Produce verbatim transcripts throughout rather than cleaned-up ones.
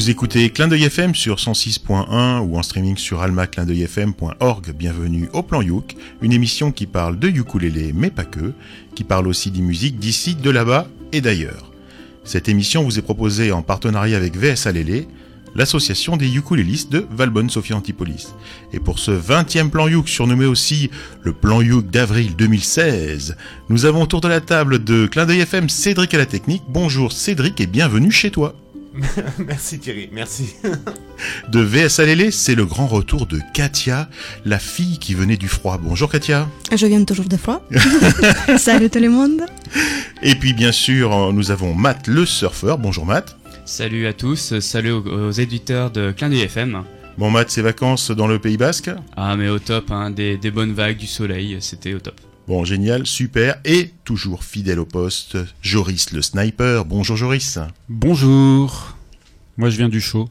Vous écoutez Clin d'œil F M sur cent six point un ou en streaming sur alma clin d'œil f m point org. Bienvenue au Plan Youk, une émission qui parle de ukulélé, mais pas que, qui parle aussi des musiques d'ici, de là-bas et d'ailleurs. Cette émission vous est proposée en partenariat avec V S A Lélé, l'association des ukulélistes de Valbonne-Sophie Antipolis. Et pour ce vingtième Plan Youk, surnommé aussi le Plan Youk d'avril deux mille seize, nous avons autour de la table de Clin d'œil F M Cédric à la technique. Bonjour Cédric et bienvenue chez toi. Merci Thierry, merci. De V S A Lélé, c'est le grand retour de Katia, la fille qui venait du froid. Bonjour Katia. Je viens toujours de froid. Salut tout le monde. Et puis bien sûr, nous avons Matt le surfeur. Bonjour Matt. Salut à tous, salut aux, aux éditeurs de Clin d'œil F M. Bon Matt, ses vacances dans le Pays Basque ? Ah mais au top, hein, des, des bonnes vagues, du soleil, c'était au top. Bon, génial, super, et toujours fidèle au poste, Joris le sniper. Bonjour Joris. Bonjour, moi je viens du chaud.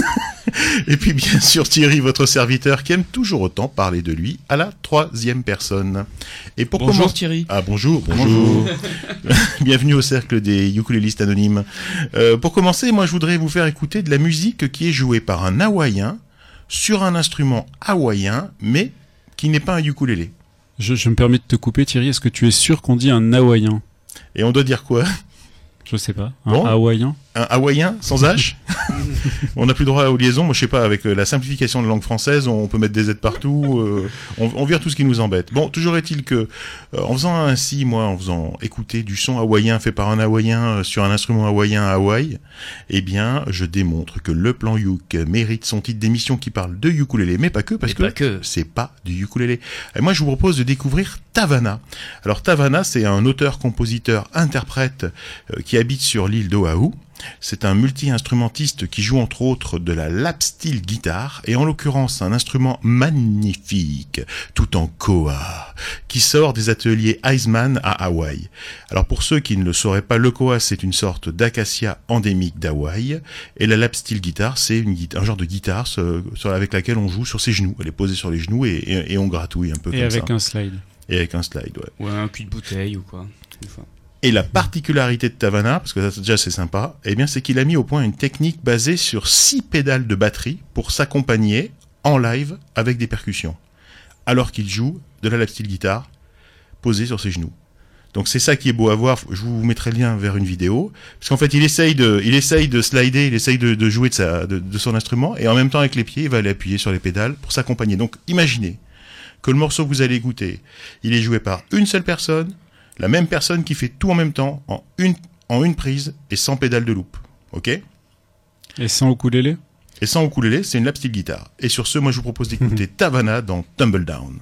Et puis bien sûr Thierry, votre serviteur, qui aime toujours autant parler de lui à la troisième personne. Et pour bonjour commencer... Thierry. Ah bonjour, bonjour. Bienvenue au cercle des ukulélistes anonymes. Euh, pour commencer, moi je voudrais vous faire écouter de la musique qui est jouée par un hawaïen sur un instrument hawaïen, mais qui n'est pas un ukulélé. Je, je me permets de te couper Thierry, est-ce que tu es sûr qu'on dit un hawaïen ? Et on doit dire quoi ? Je sais pas, un bon. hawaïen ? Un hawaïen sans H. On n'a plus droit aux liaisons. Moi, je sais pas, avec la simplification de la langue française, on peut mettre des Z partout. Euh, on, on vire tout ce qui nous embête. Bon, toujours est-il que, euh, en faisant ainsi, moi, en faisant écouter du son hawaïen fait par un hawaïen euh, sur un instrument hawaïen à Hawaï, eh bien, je démontre que le Plan Youk mérite son titre d'émission qui parle de ukulélé, mais pas que, parce que, pas que c'est pas du ukulélé. Et moi, je vous propose de découvrir Tavana. Alors, Tavana, c'est un auteur, compositeur, interprète euh, qui habite sur l'île d'Oahu. C'est un multi-instrumentiste qui joue entre autres de la lap steel guitare et en l'occurrence un instrument magnifique, tout en koa, qui sort des ateliers Eisman à Hawaï. Alors pour ceux qui ne le sauraient pas, le koa c'est une sorte d'acacia endémique d'Hawaï et la lap steel guitare c'est une, un genre de guitare ce, avec laquelle on joue sur ses genoux. Elle est posée sur les genoux et, et, et on gratouille un peu et comme ça. Et avec un slide. Et avec un slide, ouais. Ou un cul de bouteille ou quoi, une fois. Et la particularité de Tavana, parce que ça, déjà c'est sympa, eh bien c'est qu'il a mis au point une technique basée sur six pédales de batterie pour s'accompagner en live avec des percussions, alors qu'il joue de la lap steel guitare posée sur ses genoux. Donc c'est ça qui est beau à voir. Je vous mettrai le lien vers une vidéo, parce qu'en fait il essaye de, il essaye de slider, il essaye de, de jouer de, sa, de, de son instrument, et en même temps avec les pieds il va aller appuyer sur les pédales pour s'accompagner. Donc imaginez que le morceau que vous allez écouter, il est joué par une seule personne. La même personne qui fait tout en même temps, en une, en une prise et sans pédale de loop. Ok ? Et sans ukulélé ? Et sans ukulélé, c'est une lap steel guitare. Et sur ce, moi je vous propose d'écouter Tavana dans Tumble Down.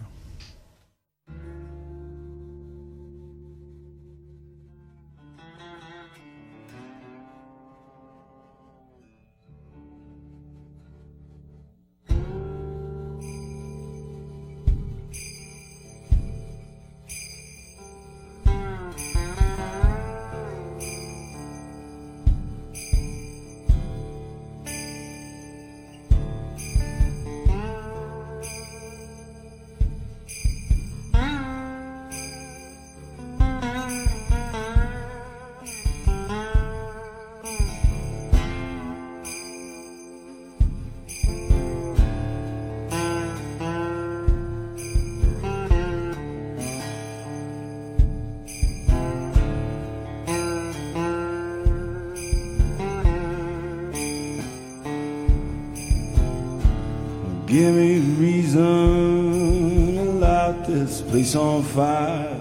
Give me a reason to light this place on fire.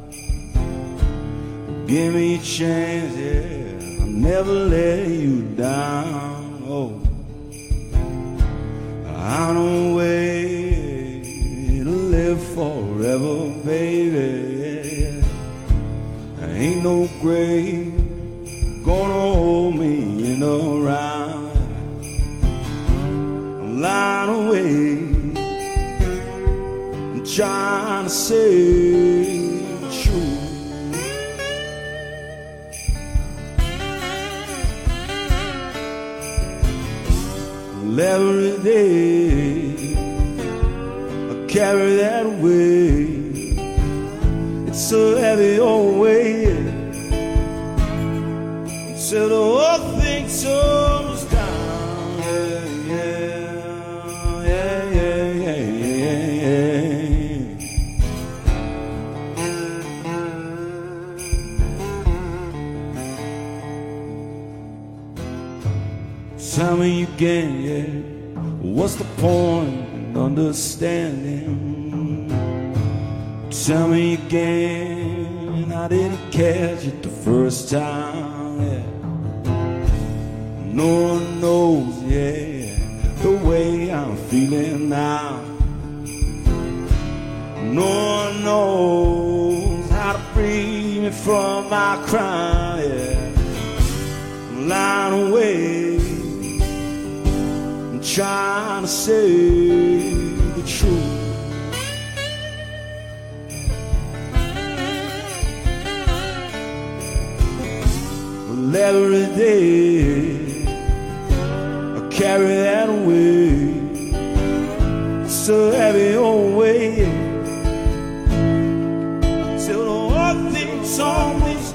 Give me a chance, yeah, I'll never let you down. Oh, I don't wait to live forever, baby. There ain't no grave gonna hold me in a round. Lying away, I'm trying to say the truth. Well, every day I carry that weight. It's so heavy always. Until the whole thing turns down. Tell me again, yeah, what's the point in understanding? Tell me again, I didn't catch it the first time, yeah. No one knows, yeah, the way I'm feeling now. No one knows how to free me from my crime, yeah. I'm lying awake, I'm trying to say the truth. Well, every day I carry that weight, it's a heavy old weight. Till the whole thing's almost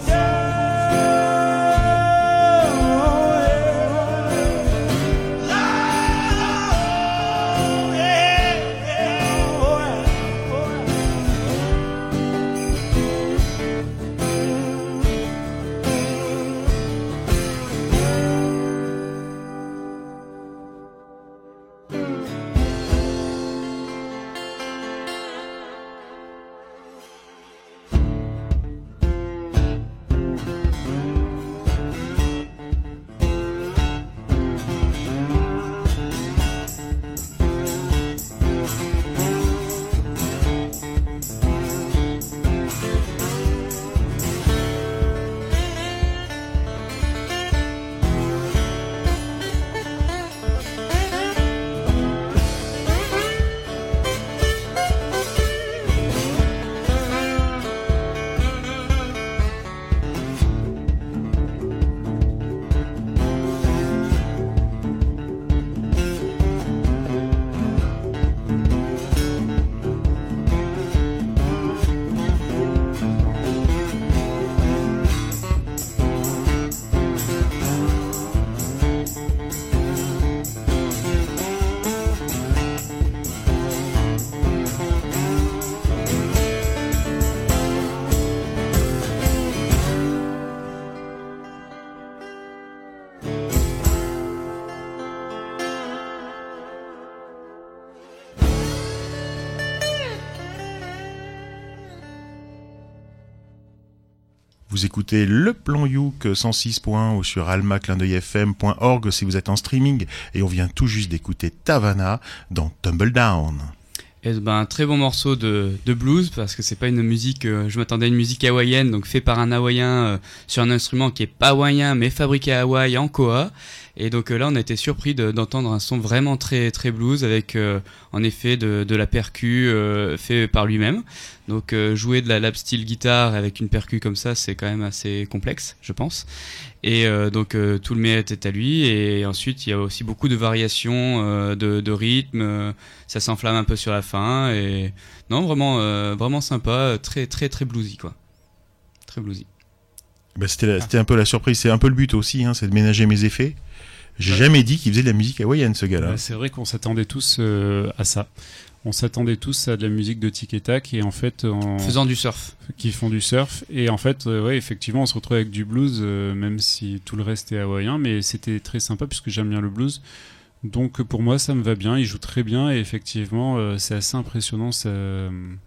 Vous écoutez le plan Youk cent six point un ou sur alma clin d'œil f m point org si vous êtes en streaming, et on vient tout juste d'écouter Tavana dans Tumble Down. Et ben, un très bon morceau de, de blues, parce que c'est pas une musique, euh, je m'attendais à une musique hawaïenne, donc fait par un hawaïen euh, sur un instrument qui est pas hawaïen mais fabriqué à Hawaï en koa. Et donc euh, là on a été surpris de, d'entendre un son vraiment très très blues avec euh, en effet de, de la percu euh, fait par lui-même. Donc euh, jouer de la lap steel guitare avec une percu comme ça, c'est quand même assez complexe, je pense. Et euh, donc euh, tout le mérite est à lui. Et ensuite il y a aussi beaucoup de variations euh, de, de rythme, euh, ça s'enflamme un peu sur la fin. Et non, vraiment euh, vraiment sympa, très très très bluesy quoi, très bluesy. Bah, c'était, la, c'était un peu la surprise, c'est un peu le but aussi, hein, c'est de ménager mes effets. J'ai ouais. jamais dit qu'il faisait de la musique hawaïenne, ce gars-là. Ouais, c'est vrai qu'on s'attendait tous euh, à ça. On s'attendait tous à de la musique de tic et tac, et en fait, en faisant du surf, qui font du surf, et en fait, euh, ouais, effectivement, on se retrouve avec du blues, euh, même si tout le reste est hawaïen, mais c'était très sympa puisque j'aime bien le blues. Donc pour moi, ça me va bien. Il joue très bien, et effectivement, euh, c'est assez impressionnant. Ça, euh,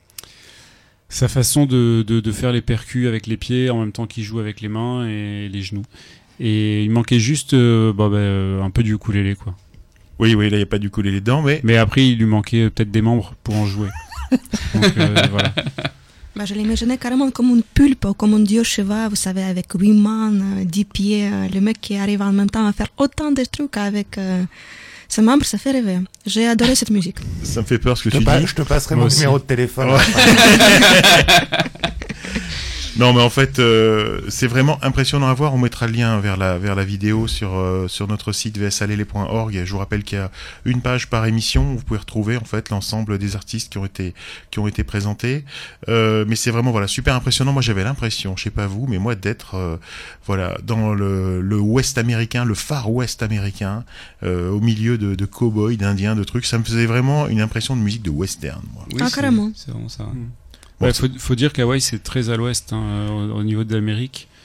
sa façon de, de, de faire les percus avec les pieds en même temps qu'il joue avec les mains et les genoux. Et il manquait juste euh, bah, bah, un peu du ukulélé, quoi. Oui, oui, là, il n'y a pas du ukulélé dedans, mais... Mais après, il lui manquait peut-être des membres pour en jouer. Donc, euh, voilà. Bah, je l'imaginais carrément comme une pulpe ou comme un dieu cheval, vous savez, avec huit mains, dix pieds. Le mec qui arrive en même temps à faire autant de trucs avec euh, ses membres, ça fait rêver. J'ai adoré cette musique. Ça me fait peur ce que je tu pa- dis. Je te passerai Moi mon aussi. numéro de téléphone. Ouais. Non, mais en fait, euh, c'est vraiment impressionnant à voir. On mettra le lien vers la vers la vidéo sur euh, sur notre site v s alele point org. Je vous rappelle qu'il y a une page par émission où vous pouvez retrouver en fait l'ensemble des artistes qui ont été qui ont été présentés. Euh, mais c'est vraiment voilà super impressionnant. Moi, j'avais l'impression, je sais pas vous, mais moi d'être euh, voilà dans le le Ouest américain, le Far West américain, euh, au milieu de, de cow-boys, d'Indiens, de trucs. Ça me faisait vraiment une impression de musique de western. Moi. Oui, ah, carrément. C'est vraiment ça. Ouais. Mmh. Bon, ouais, faut, faut dire qu'Hawaï c'est très à l'ouest hein, au, au niveau de l'Amérique.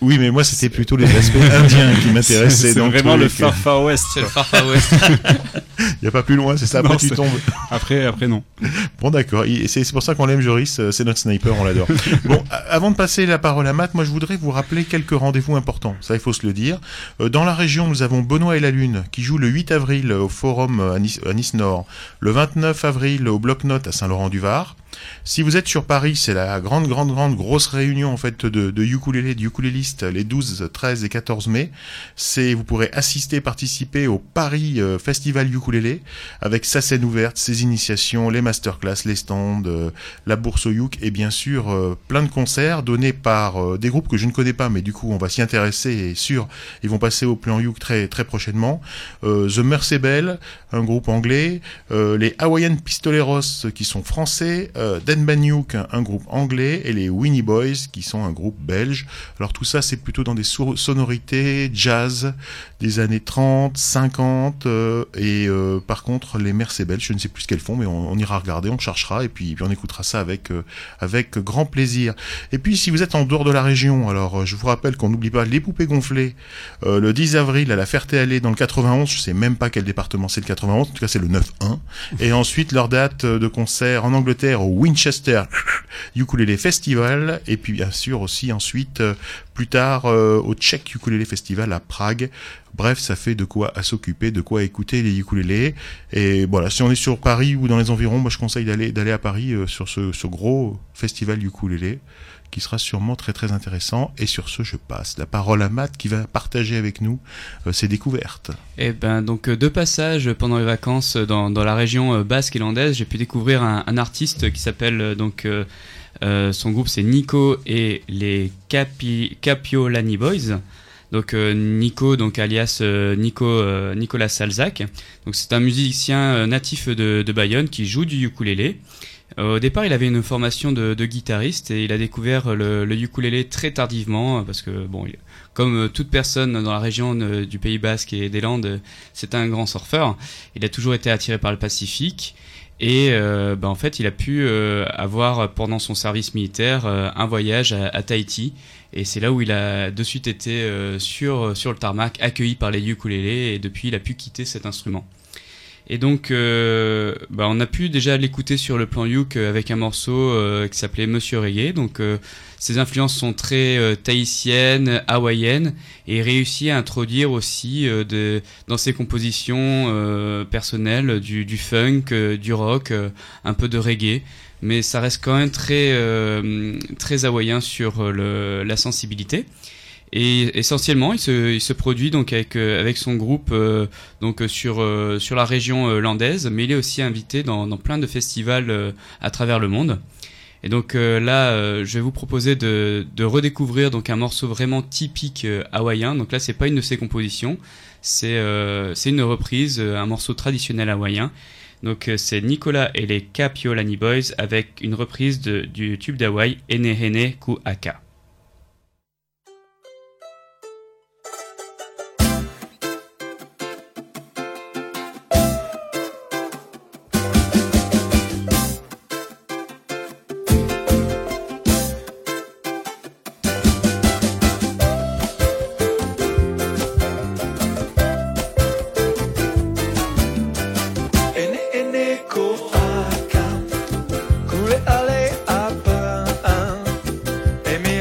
Oui, mais moi c'était plutôt les aspects indiens qui m'intéressaient. C'est donc, vraiment oui, le que- far far west. C'est le Far Far West. Il y a pas plus loin, c'est ça. Après Non, tu c'est- tombes. Après, après non. Bon, d'accord. Il- C'est c'est pour ça qu'on l'aime, Joris. euh, C'est notre sniper, on l'adore. Bon, a- avant de passer la parole à Matt, moi je voudrais vous rappeler quelques rendez-vous importants. Ça, il faut se le dire. Euh, Dans la région, nous avons Benoît et la Lune qui joue le huit avril au Forum euh, à Nice, à Nice Nord, le vingt-neuf avril au Bloc-Notes à Saint-Laurent-du-Var. Si vous êtes sur Paris, c'est la grande, grande, grande grosse réunion en fait de, de ukulélé, de ukulélistes les douze, treize et quatorze mai. C'est, vous pourrez assister, participer au Paris euh, Festival Ukulélé avec sa scène ouverte, ses initiations, les masterclass, les stands, euh, la bourse au uk et bien sûr euh, plein de concerts donnés par euh, des groupes que je ne connais pas, mais du coup on va s'y intéresser et sûr ils vont passer au plan uk très très prochainement. Euh, The Mercebel, un groupe anglais, euh, les Hawaiian Pistoleros qui sont français, euh, Dan Banyuk, un groupe anglais, et les Winnie Boys qui sont un groupe belge. Alors tout ça c'est plutôt dans des sour- sonorités jazz des années trente, cinquante euh, et euh, par contre les Mercebel, je ne sais plus ce qu'elles font, mais on, on ira regarder, on cherchera et puis, puis on écoutera ça avec euh, avec grand plaisir. Et puis si vous êtes en dehors de la région, alors euh, je vous rappelle qu'on n'oublie pas les Poupées Gonflées euh, le dix avril à la Ferté-Alais dans le quatre-vingt-onze, je sais même pas quel département c'est le quatre-vingt-onze, en tout cas c'est le neuf un. Et ensuite leur date de concert en Angleterre au Winchester Ukulele Festival, et puis bien sûr aussi ensuite euh, plus tard euh, au Czech Ukulele Festival à Prague. Bref, ça fait de quoi à s'occuper, de quoi écouter les ukulélés. Et voilà, si on est sur Paris ou dans les environs, moi je conseille d'aller d'aller à Paris euh, sur ce, ce gros festival ukulélé qui sera sûrement très très intéressant. Et sur ce, je passe la parole à Matt qui va partager avec nous euh, ses découvertes. Et ben donc euh, de passage pendant les vacances euh, dans, dans la région euh, basque et landaise, j'ai pu découvrir un, un artiste qui s'appelle euh, donc euh, euh, son groupe c'est Nico et les Capi, Capiolani Boys. Donc euh, Nico, donc alias euh, Nico euh, Nicolas Salzac. Donc c'est un musicien euh, natif de, de Bayonne qui joue du ukulélé. Euh, au départ, il avait une formation de, de guitariste et il a découvert le, le ukulélé très tardivement parce que bon, il, comme toute personne dans la région de, du Pays Basque et des Landes, c'est un grand surfeur. Il a toujours été attiré par le Pacifique. Et euh, bah en fait, il a pu euh, avoir pendant son service militaire euh, un voyage à, à Tahiti. Et c'est là où il a de suite été euh, sur, sur le tarmac, accueilli par les ukulélés. Et depuis, il a pu quitter cet instrument. Et donc, euh, bah on a pu déjà l'écouter sur le plan uk avec un morceau euh, qui s'appelait Monsieur Reggae. Donc, euh, ses influences sont très euh, tahitiennes, hawaïennes, et il réussit à introduire aussi euh, de, dans ses compositions euh, personnelles du, du funk, euh, du rock, euh, un peu de reggae. Mais ça reste quand même très, euh, très hawaïen sur le, la sensibilité. Et essentiellement, il se, il se produit donc avec euh, avec son groupe euh, donc sur euh, sur la région euh, landaise, mais il est aussi invité dans dans plein de festivals euh, à travers le monde. Et donc euh, là, euh, je vais vous proposer de de redécouvrir donc un morceau vraiment typique euh, hawaïen. Donc là, c'est pas une de ses compositions, c'est euh, c'est une reprise, un morceau traditionnel hawaïen. Donc euh, c'est Nicolas et les Capiolani Boys avec une reprise de du tube d'Hawaï Enehene Ku Aka. Eme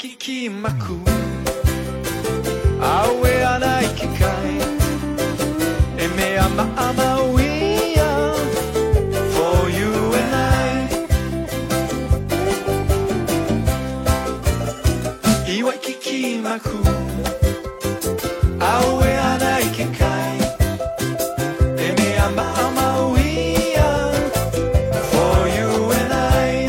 Iwaikiki-maku Aue ana ikikai E me ama ama uia For you and I Iwaikiki-maku Aue ana ikikai E me ama ama uia For you and I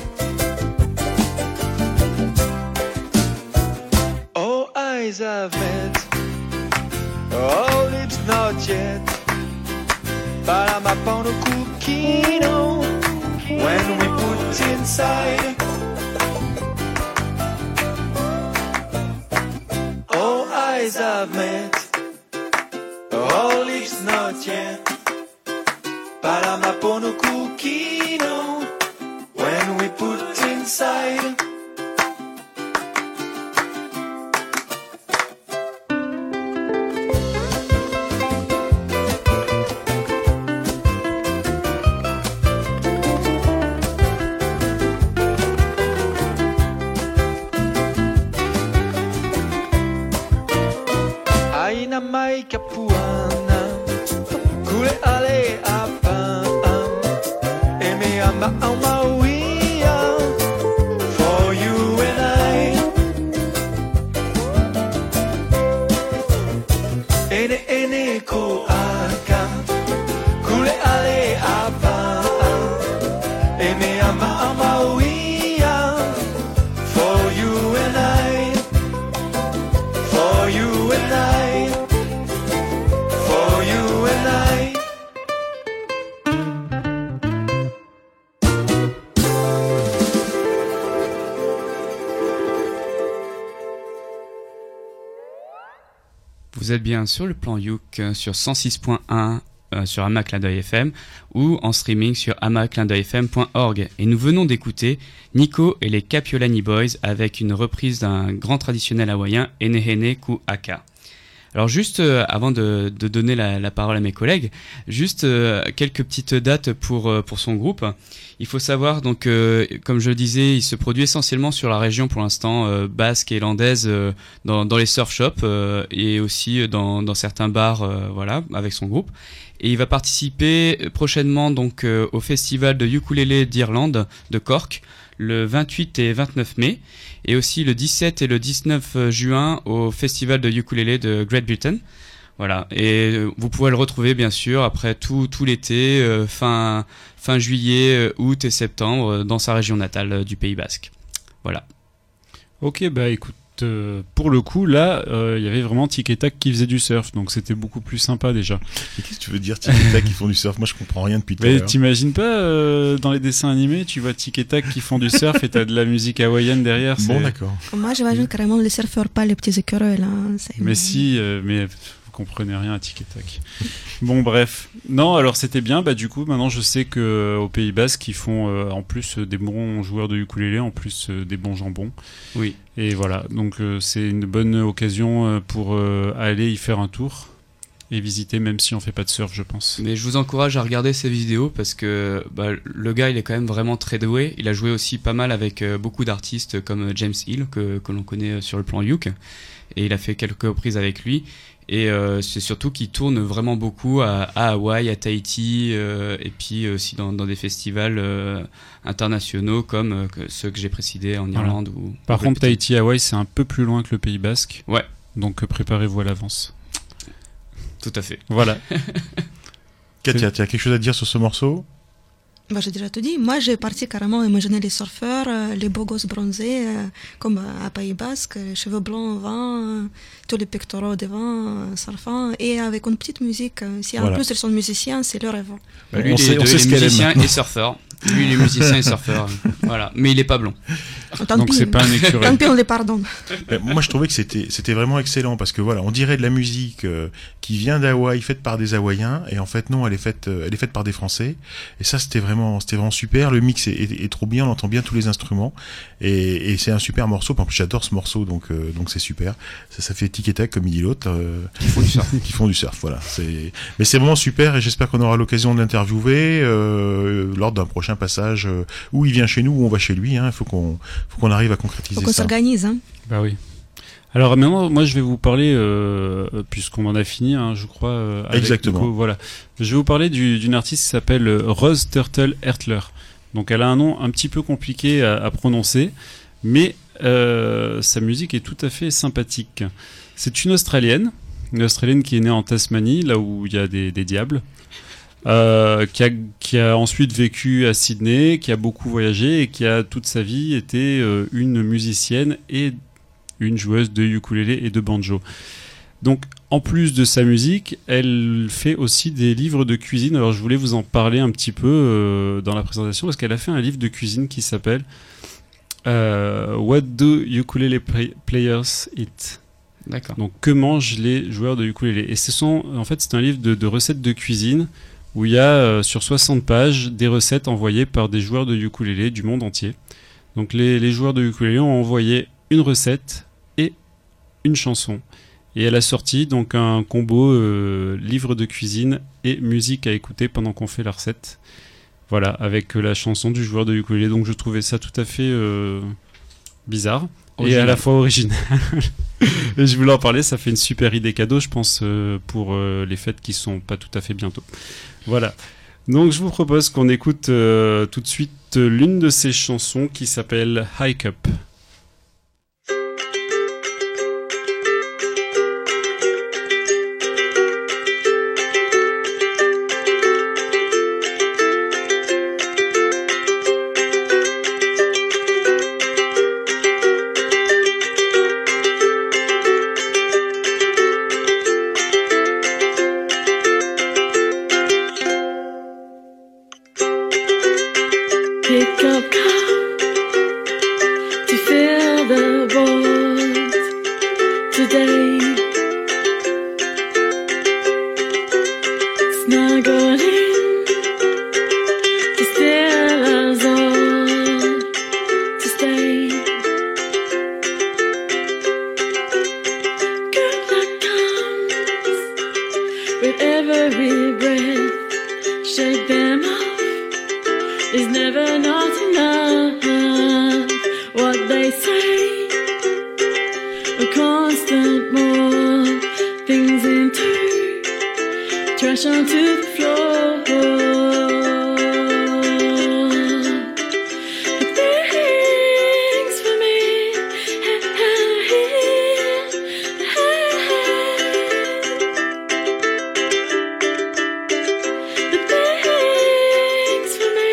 All eyes have met All lips not yet Parama no kukino When we put inside All eyes have met All lips not yet Parama no kukino When we put inside Aina mai kapuana Kule ale apa E me ama ama uia For you and I Ene ene ko aka Kule ale apa E me ama ama uia For you and I For you and I For you and I Vous êtes bien sur le plan Youk sur cent six point un euh, sur Ama Clin d'œil F M ou en streaming sur ama clin d'œil f m point org. Et nous venons d'écouter Nico et les Kapiolani Boys avec une reprise d'un grand traditionnel hawaïen, Enehene Ku Aka. Alors juste euh, avant de, de donner la, la parole à mes collègues, juste euh, quelques petites dates pour euh, pour son groupe. Il faut savoir donc, euh, comme je le disais, il se produit essentiellement sur la région pour l'instant euh, basque et landaise, euh, dans dans les surf shops euh, et aussi dans dans certains bars, euh, voilà, avec son groupe. Et il va participer prochainement donc euh, au festival de ukulélé d'Irlande de Cork le vingt-huit et vingt-neuf mai, et aussi le dix-sept et le dix-neuf juin au festival de ukulélé de Great Britain. Voilà, et euh, vous pourrez le retrouver bien sûr après tout tout l'été, euh, fin fin juillet, euh, août et septembre euh, dans sa région natale euh, du Pays Basque. Voilà. Ok, bah écoute, euh, pour le coup, là, il euh, y avait vraiment Tic et Tac qui faisait du surf, donc c'était beaucoup plus sympa déjà. Mais qu'est-ce que tu veux dire, Tic et Tac qui font du surf? Moi, je comprends rien depuis tout à Mais l'heure. t'imagines pas, euh, dans les dessins animés, tu vois Tic et Tac qui font du surf et t'as de la musique hawaïenne derrière. Bon, c'est... d'accord. Moi, j'imagine carrément les surfeurs, pas les petits écureuils. Là. C'est... Mais si, euh, mais vous comprenez rien à Tic et Tac. Bon, bref. Non, alors c'était bien. Bah du coup, maintenant je sais que euh, au Pays Basque, ils font euh, en plus euh, des bons joueurs de ukulélé, en plus euh, des bons jambons. Oui. Et voilà. Donc euh, c'est une bonne occasion euh, pour euh, aller y faire un tour et visiter, même si on fait pas de surf, je pense. Mais je vous encourage à regarder ses vidéos parce que bah, le gars il est quand même vraiment très doué. Il a joué aussi pas mal avec euh, beaucoup d'artistes comme James Hill que, que l'on connaît sur le plan Youk, et il a fait quelques reprises avec lui. Et euh, c'est surtout qu'il tourne vraiment beaucoup à, à Hawaï, à Tahiti, euh, et puis aussi dans, dans des festivals euh, internationaux comme euh, que ceux que j'ai précédés en Voilà. Irlande. Ou, Par ou contre, Tahiti. Tahiti, Hawaï, c'est un peu plus loin que le Pays Basque. Ouais. Donc euh, préparez-vous à l'avance. Tout à fait. Voilà. Katia, tu as quelque chose à dire sur ce morceau? Bah, j'ai déjà tout dit. Moi, j'ai parti carrément imaginer les surfeurs, euh, les beaux gosses bronzés, euh, comme euh, à Pays Basque, les cheveux blonds au vent, euh, tous les pectoraux devant, euh, surfant, et avec une petite musique. Euh, si Voilà. en plus ils sont musiciens, c'est le rêve. Bah, Lui, on il est, sait, on de- sait il ce est qu'elle aime musicien maintenant. et surfeur. Lui, il est musicien et surfeur. Voilà. Mais il est pas blond. Tant Donc pis, c'est pas un écureuil. tant pis, on les pardonne. Euh, Moi, je trouvais que c'était c'était vraiment excellent parce que voilà, on dirait de la musique euh, qui vient d'Hawaï, faite par des Hawaïens, et en fait non, elle est faite euh, elle est faite par des Français. Et ça, c'était vraiment c'était vraiment super. Le mix est, est, est trop bien, on entend bien tous les instruments, et, et c'est un super morceau. En plus, j'adore ce morceau, donc euh, donc c'est super. Ça, ça fait tic et tac comme il dit l'autre. Euh, Qui font du surf. qui font du surf, voilà. C'est mais c'est vraiment super, et j'espère qu'on aura l'occasion de l'interviewer euh, lors d'un prochain prochain passage euh, où il vient chez nous, où on va chez lui. Il hein, faut qu'on, faut qu'on arrive à concrétiser Faut qu'on ça. s'organise. Hein. Bah oui. Alors maintenant, moi, je vais vous parler, euh, puisqu'on en a fini, hein, je crois. Euh, avec Exactement. Nico, voilà. Je vais vous parler du, d'une artiste qui s'appelle Rose Turtle Hertler. Donc, elle a un nom un petit peu compliqué à, à prononcer, mais euh, sa musique est tout à fait sympathique. C'est une Australienne, une Australienne qui est née en Tasmanie, là où il y a des, des diables. Euh, qui, a, qui a ensuite vécu à Sydney, qui a beaucoup voyagé et qui a toute sa vie été euh, une musicienne et une joueuse de ukulélé et de banjo. Donc, en plus de sa musique, elle fait aussi des livres de cuisine. Alors, je voulais vous en parler un petit peu euh, dans la présentation parce qu'elle a fait un livre de cuisine qui s'appelle euh, What do ukulele play- players eat? D'accord. Donc, que mangent les joueurs de ukulélé? Et ce sont, en fait, c'est un livre de, de recettes de cuisine où il y a euh, sur soixante pages des recettes envoyées par des joueurs de ukulélé du monde entier. Donc, les, les joueurs de ukulélé ont envoyé une recette et une chanson. Et elle a sorti donc un combo euh, livre de cuisine et musique à écouter pendant qu'on fait la recette. Voilà, avec euh, la chanson du joueur de ukulélé. Donc, je trouvais ça tout à fait euh, bizarre. Original. Et à la fois original. Et je voulais en parler, ça fait une super idée cadeau, je pense, euh, pour euh, les fêtes qui sont pas tout à fait bientôt. Voilà. Donc je vous propose qu'on écoute euh, tout de suite euh, l'une de ces chansons qui s'appelle Hike Up. Pick up cup to fill the void today. Snuggled in to still us all to stay. Good luck comes with every breath. Shake them off. Is never not enough. What they say, a constant more things into trash onto the floor. The things for me, the things for me.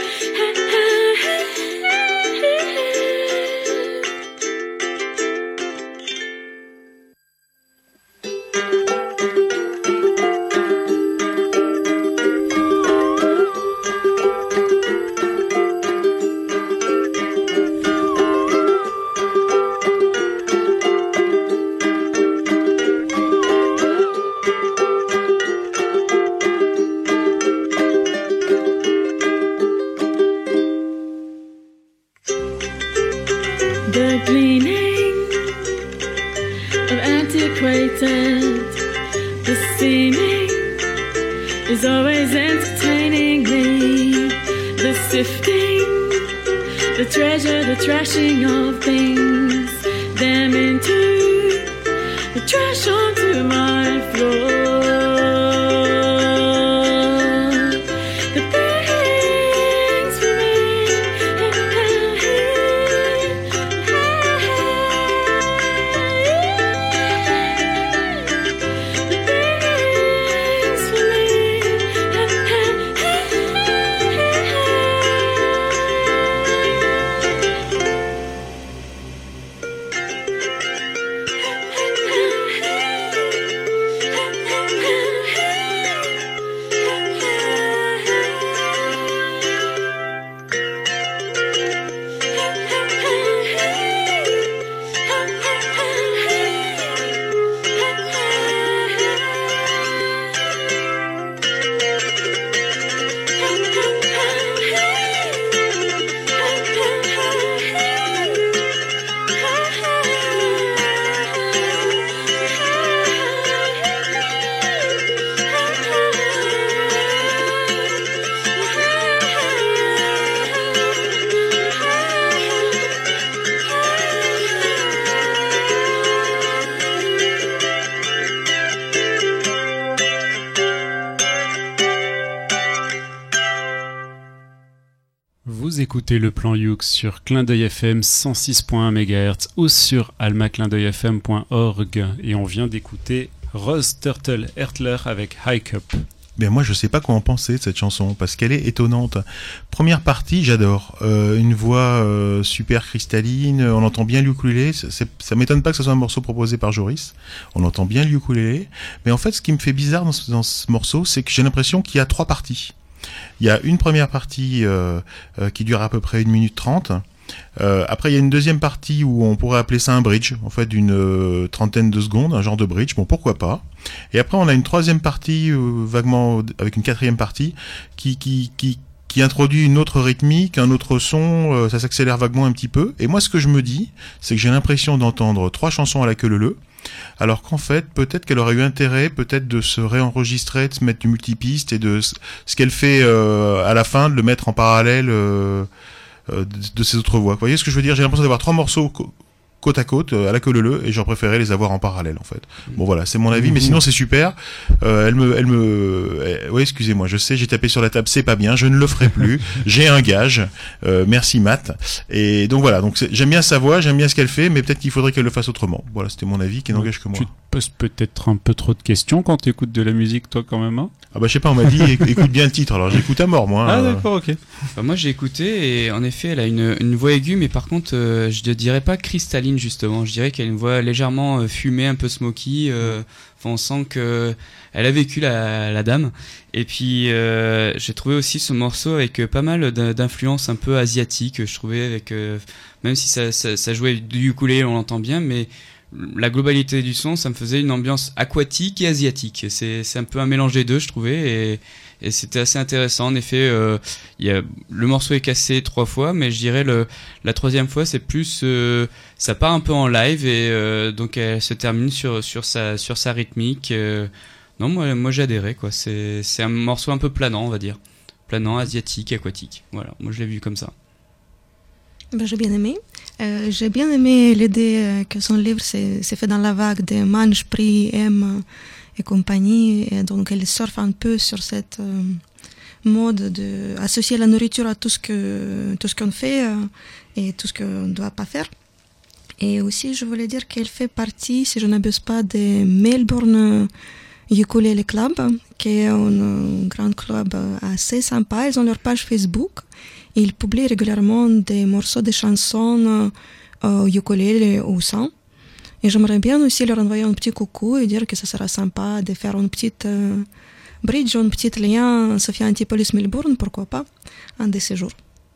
The gleaning of antiquated, the seeming is always entertaining me. The sifting, the treasure, the trashing of things, them into the trash onto my floor. The things for me. Vous écoutez le plan Youx sur Clin d'œil F M cent six point un mégahertz ou sur alma clin d'œil f m point org et on vient d'écouter Rose Turtle Hertler avec High Cup. Ben moi je sais pas quoi en penser de cette chanson parce qu'elle est étonnante. Première partie, j'adore. Euh, une voix euh, super cristalline, on entend bien l'ukulélé. C'est, c'est, ça m'étonne pas que ce soit un morceau proposé par Joris. On entend bien l'ukulélé. Mais en fait, ce qui me fait bizarre dans ce, dans ce morceau, c'est que j'ai l'impression qu'il y a trois parties. Il y a une première partie euh, euh, qui dure à peu près une minute trente. Euh, après, il y a une deuxième partie où on pourrait appeler ça un bridge, en fait, d'une euh, trentaine de secondes, un genre de bridge. Bon, pourquoi pas. Et après, on a une troisième partie, euh, vaguement, avec une quatrième partie, qui, qui, qui, qui introduit une autre rythmique, un autre son. Euh, ça s'accélère vaguement un petit peu. Et moi, ce que je me dis, c'est que j'ai l'impression d'entendre trois chansons à la queue leu-leu. Alors qu'en fait, peut-être qu'elle aurait eu intérêt, peut-être de se réenregistrer, de se mettre du multipiste et de ce qu'elle fait euh, à la fin, de le mettre en parallèle. Euh, De, de ces autres voix. Vous voyez ce que je veux dire? J'ai l'impression d'avoir trois morceaux co- côte à côte, euh, à la queue leu-leu, et j'aurais préféré les avoir en parallèle, en fait. Bon, voilà, c'est mon avis, mais sinon c'est super. Euh, elle me, elle me, elle, ouais, excusez-moi, je sais, j'ai tapé sur la table, c'est pas bien, je ne le ferai plus. J'ai un gage. Euh, merci Matt. Et donc voilà, donc c'est, j'aime bien sa voix, j'aime bien ce qu'elle fait, mais peut-être qu'il faudrait qu'elle le fasse autrement. Voilà, c'était mon avis, qui n'engage que moi. Tu te poses peut-être un peu trop de questions quand tu écoutes de la musique, toi, quand même, hein? Ah bah je sais pas, on m'a dit écoute bien le titre, alors j'écoute à mort moi. Ah euh. d'accord, ok. Bah, moi j'ai écouté et en effet elle a une, une voix aiguë, mais par contre euh, je ne dirais pas cristalline justement, je dirais qu'elle a une voix légèrement euh, fumée, un peu smoky, euh, enfin, on sent que elle a vécu la, la dame. Et puis euh, j'ai trouvé aussi ce morceau avec euh, pas mal d'influences un peu asiatiques, je trouvais, avec euh, même si ça, ça, ça jouait du ukulélé, on l'entend bien, mais la globalité du son, ça me faisait une ambiance aquatique et asiatique. C'est, c'est un peu un mélange des deux, je trouvais, et, et c'était assez intéressant. En effet, euh, y a, le morceau est cassé trois fois, mais je dirais le, la troisième fois, c'est plus, euh, ça part un peu en live et euh, donc elle se termine sur sur sa sur sa rythmique. Euh, non, moi moi j'ai adhéré quoi. C'est c'est un morceau un peu planant, on va dire, planant, asiatique, aquatique. Voilà, moi je l'ai vu comme ça. Ben, j'ai bien aimé. Euh, j'ai bien aimé l'idée euh, que son livre s'est, s'est fait dans la vague de Manche, Prix, M et compagnie. Et donc, elle surfe un peu sur cette euh, mode d'associer la nourriture à tout ce, que, tout ce qu'on fait euh, et tout ce qu'on ne doit pas faire. Et aussi, je voulais dire qu'elle fait partie, si je n'abuse pas, de Melbourne Ukulele Club, qui est un grand club assez sympa. Ils ont leur page Facebook. Ils publient régulièrement des morceaux de chansons au ukulélé ou sans. Et j'aimerais bien aussi leur envoyer un petit coucou et dire que ça sera sympa de faire une petite euh, bridge, un petit lien Sophia Antipolis Melbourne, pourquoi pas, un de ces jours.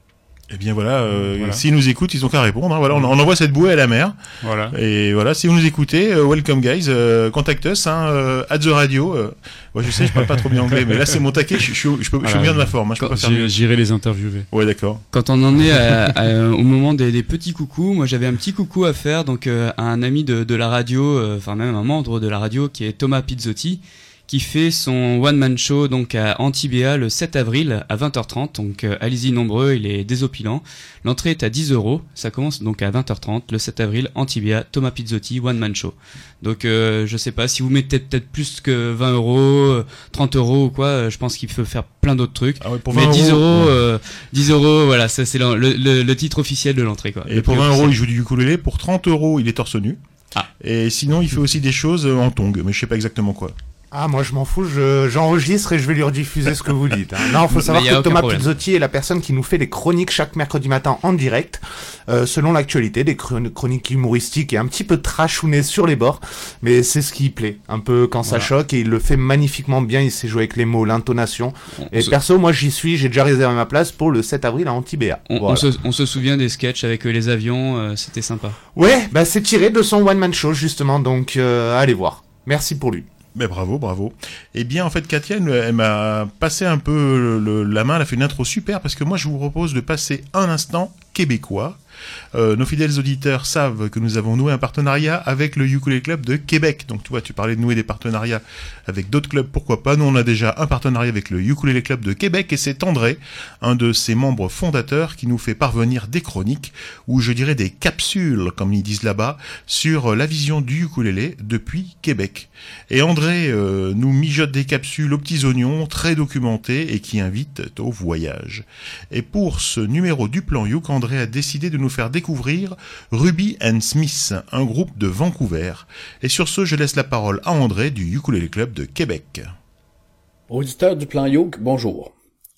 Eh bien voilà, euh, Voilà. s'ils nous écoutent, ils ont qu'à répondre. Hein, voilà, on, on envoie cette bouée à la mer. Voilà. Et voilà, si vous nous écoutez, euh, welcome guys, euh, contact us, hein, euh, at the radio. Euh, ouais, je sais, je parle pas trop bien anglais, mais là c'est mon taquet, je, je, suis au- je, peux, je suis Voilà. bien de ma forme. Hein, je peux Quand pas faire J'irai mieux. j'irai les interviewer. Ouais, d'accord. Quand on en est à- à- au moment des, des petits coucous, moi j'avais un petit coucou à faire donc euh, à un ami de, de la radio, euh, enfin même un membre de la radio qui est Thomas Pizzotti, qui fait son one-man show donc à Antibéa le sept avril à vingt heures trente. Donc euh, allez-y nombreux, il est désopilant. L'entrée est à dix euros. Ça commence donc à vingt heures trente le sept avril, Antibéa, Thomas Pizzotti, one-man show. Donc euh, je sais pas, si vous mettez peut-être plus que vingt euros, euh, trente euros ou quoi, euh, je pense qu'il faut faire plein d'autres trucs. Ah ouais, pour Mais vingt dix euros, ouais. euh, dix euros, voilà, ça c'est le, le, le titre officiel de l'entrée quoi. Et Le pour prix vingt euros, officiel. il joue du ukulélé. Pour trente euros, il est torse nu. Ah. Et sinon, il fait aussi des choses euh, en tongs, mais je sais pas exactement quoi. Ah, moi je m'en fous, je, j'enregistre et je vais lui rediffuser ce que vous dites. Hein. Non, faut savoir Mais y a que aucun Thomas problème. Pizzotti est la personne qui nous fait les chroniques chaque mercredi matin en direct, euh, selon l'actualité, des chron- chroniques humoristiques et un petit peu trashounées sur les bords, mais c'est ce qui y plaît, un peu quand ça Voilà. choque, et il le fait magnifiquement bien, il sait jouer avec les mots, l'intonation. On- Et on se- perso, moi j'y suis, j'ai déjà réservé ma place pour le sept avril à Antibéa. On, Voilà. on se, on se souvient des sketchs avec euh, les avions, euh, c'était sympa. Ouais, bah c'est tiré de son one-man show justement, donc euh, allez voir. Merci pour lui. Mais bravo, bravo. Eh bien, en fait, Katia, elle, elle m'a passé un peu le- la main, elle a fait une intro super, parce que moi, je vous propose de passer un instant québécois Euh, nos fidèles auditeurs savent que nous avons noué un partenariat avec le Ukulele Club de Québec. Donc tu vois, tu parlais de nouer des partenariats avec d'autres clubs, pourquoi pas. Nous on a déjà un partenariat avec le Ukulele Club de Québec et c'est André, un de ses membres fondateurs, qui nous fait parvenir des chroniques, ou je dirais des capsules, comme ils disent là-bas, sur la vision du ukulélé depuis Québec. Et André euh, nous mijote des capsules aux petits oignons, très documentées et qui invitent au voyage. Et pour ce numéro du Plan Youk, André a décidé de nous faire découvrir Ruby and Smith, un groupe de Vancouver. Et sur ce, je laisse la parole à André du Ukulele Club de Québec. Auditeurs du Plan Youk, bonjour.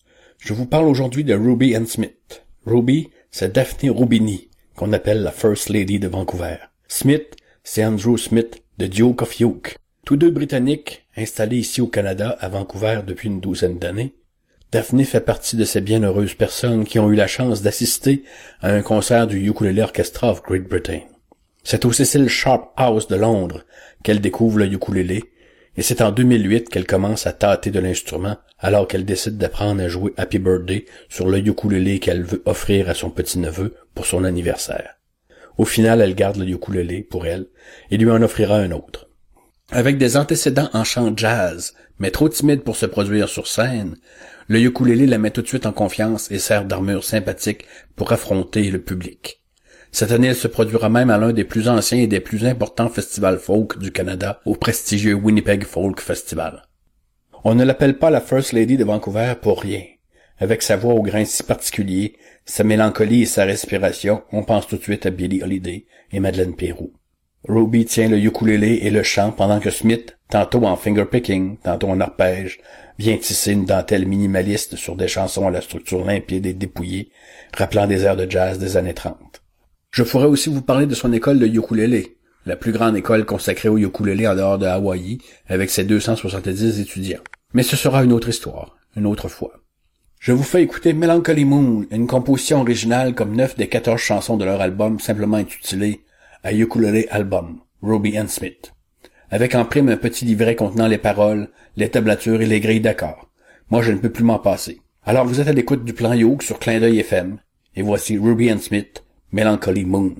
Je vous parle aujourd'hui de Ruby and Smith. Ruby, c'est Daphne Rubini, qu'on appelle la First Lady de Vancouver. Smith, c'est Andrew Smith de Duke of Youk. Tous deux britanniques, installés ici au Canada, à Vancouver depuis une douzaine d'années. Daphne fait partie de ces bienheureuses personnes qui ont eu la chance d'assister à un concert du Ukulele Orchestra of Great Britain. C'est au Cecil Sharp House de Londres qu'elle découvre le ukulélé, et c'est en deux mille huit qu'elle commence à tâter de l'instrument alors qu'elle décide d'apprendre à jouer Happy Birthday sur le ukulélé qu'elle veut offrir à son petit-neveu pour son anniversaire. Au final, elle garde le ukulélé pour elle et lui en offrira un autre. Avec des antécédents en chant jazz, mais trop timide pour se produire sur scène, le ukulélé la met tout de suite en confiance et sert d'armure sympathique pour affronter le public. Cette année, elle se produira même à l'un des plus anciens et des plus importants festivals folk du Canada, au prestigieux Winnipeg Folk Festival. On ne l'appelle pas la First Lady de Vancouver pour rien. Avec sa voix au grain si particulier, sa mélancolie et sa respiration, on pense tout de suite à Billie Holiday et Madeleine Peyroux. Ruby tient le ukulélé et le chant pendant que Smith, tantôt en fingerpicking, tantôt en arpège, vient tisser une dentelle minimaliste sur des chansons à la structure limpide et dépouillée, rappelant des airs de jazz des années trente. Je pourrais aussi vous parler de son école de ukulélé, la plus grande école consacrée au ukulélé en dehors de Hawaï, avec ses deux cent soixante-dix étudiants. Mais ce sera une autre histoire, une autre fois. Je vous fais écouter Melancholy Moon, une composition originale comme neuf des quatorze chansons de leur album simplement intitulé A Ukulele Album, Ruby and Smith, avec en prime un petit livret contenant les paroles, les tablatures et les grilles d'accords. Moi, je ne peux plus m'en passer. Alors vous êtes à l'écoute du Plan Youk sur Clin d'œil F M, et voici Ruby and Smith, Melancholy Moon.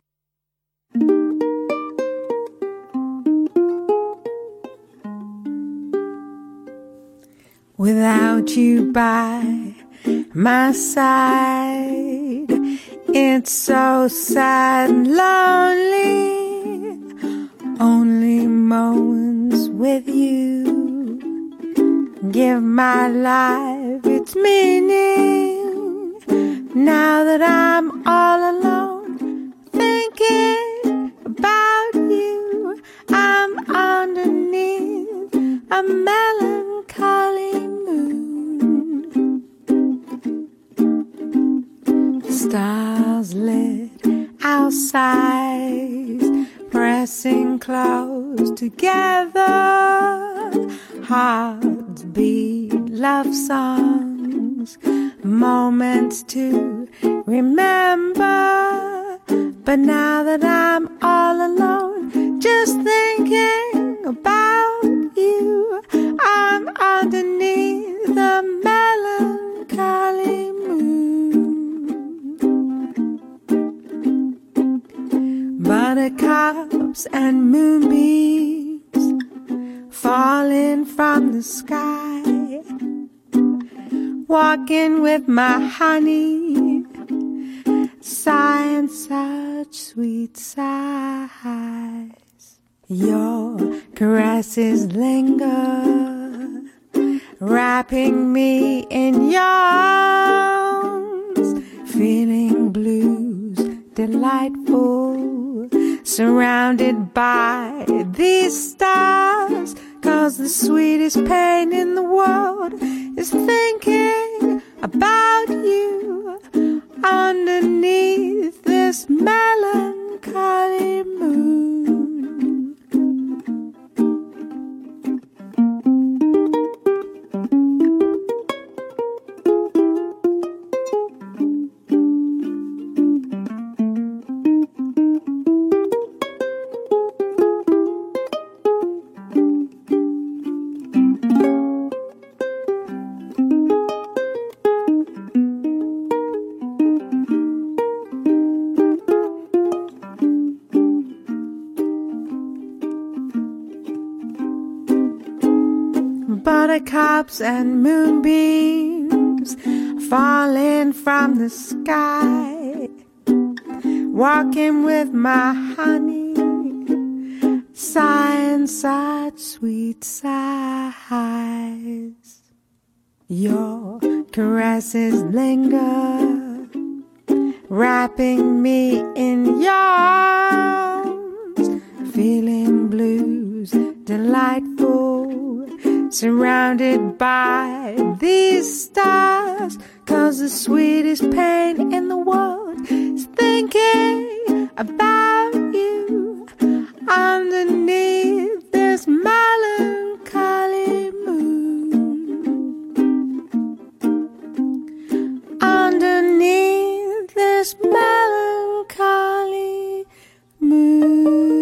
Without you by my side, it's so sad and lonely. Only moments with you give my life its meaning. Now that I'm all alone, thinking about you, I'm underneath a melancholy moon. Stars lit outside, pressing close together. Hearts beat love songs, moments to remember. But now that I'm all alone, just thinking about you, I'm underneath the melancholy moon. Buttercups and moonbeams falling from the sky, walking with my honey, sighing such sweet sighs. Your caresses linger, wrapping me in your arms, feeling blues delightful, surrounded by these stars. 'Cause the sweetest pain in the world is thinking about you underneath this melancholy moon. buttercups and moonbeams falling from the sky, walking with my honey, sighing such sweet sighs. Your caresses linger, wrapping me in your arms, feeling blues delightful, surrounded by these stars, 'cause the sweetest pain in the world is thinking about you underneath this melancholy moon, underneath this melancholy moon.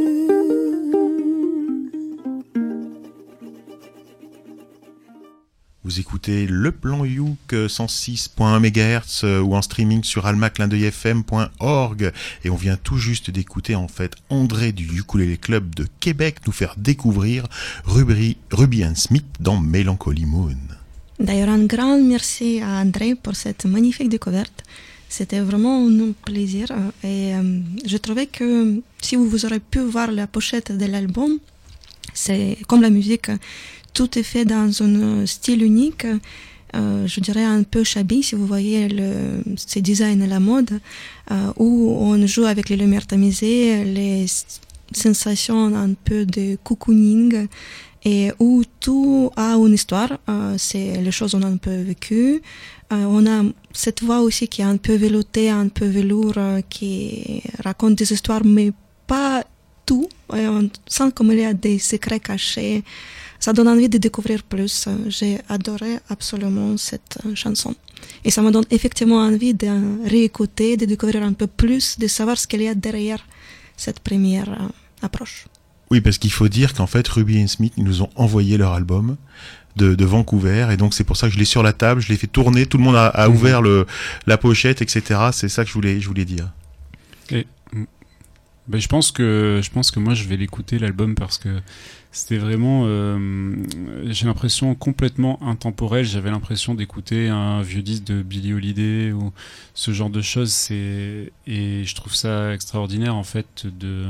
Vous écoutez Le Plan Youk cent six point un mégahertz ou en streaming sur alma clin d'œil f m point org, et on vient tout juste d'écouter en fait André du Ukulele Club de Québec nous faire découvrir Ruby, Ruby and Smith dans Melancholy Moon. D'ailleurs, un grand merci à André pour cette magnifique découverte. C'était vraiment un plaisir. Et euh, je trouvais que si vous aurez pu voir la pochette de l'album, c'est comme la musique, tout est fait dans un style unique. Euh, je dirais un peu shabby, si vous voyez le, ces designs à la mode, euh, où on joue avec les lumières tamisées, les sensations un peu de cocooning, et où tout a une histoire. Euh, c'est les choses qu'on a un peu vécues. Euh, on a cette voix aussi qui est un peu veloutée, un peu velours, euh, qui raconte des histoires, mais pas tout. Et on sent comme il y a des secrets cachés. Ça donne envie de découvrir plus. J'ai adoré absolument cette chanson. Et ça me donne effectivement envie de réécouter, de découvrir un peu plus, de savoir ce qu'il y a derrière cette première euh, approche. Oui, parce qu'il faut dire qu'en fait, Ruby and Smith, ils nous ont envoyé leur album de, de Vancouver, et donc c'est pour ça que je l'ai sur la table, je l'ai fait tourner, tout le monde a, a mmh. ouvert le, la pochette, et cetera. C'est ça que je voulais, je voulais dire. Et, ben, je pense que, je pense que moi, je vais l'écouter, l'album, parce que c'était vraiment, euh, j'ai l'impression complètement intemporel. J'avais l'impression d'écouter un vieux disque de Billie Holiday ou ce genre de choses. C'est, et je trouve ça extraordinaire, en fait, de,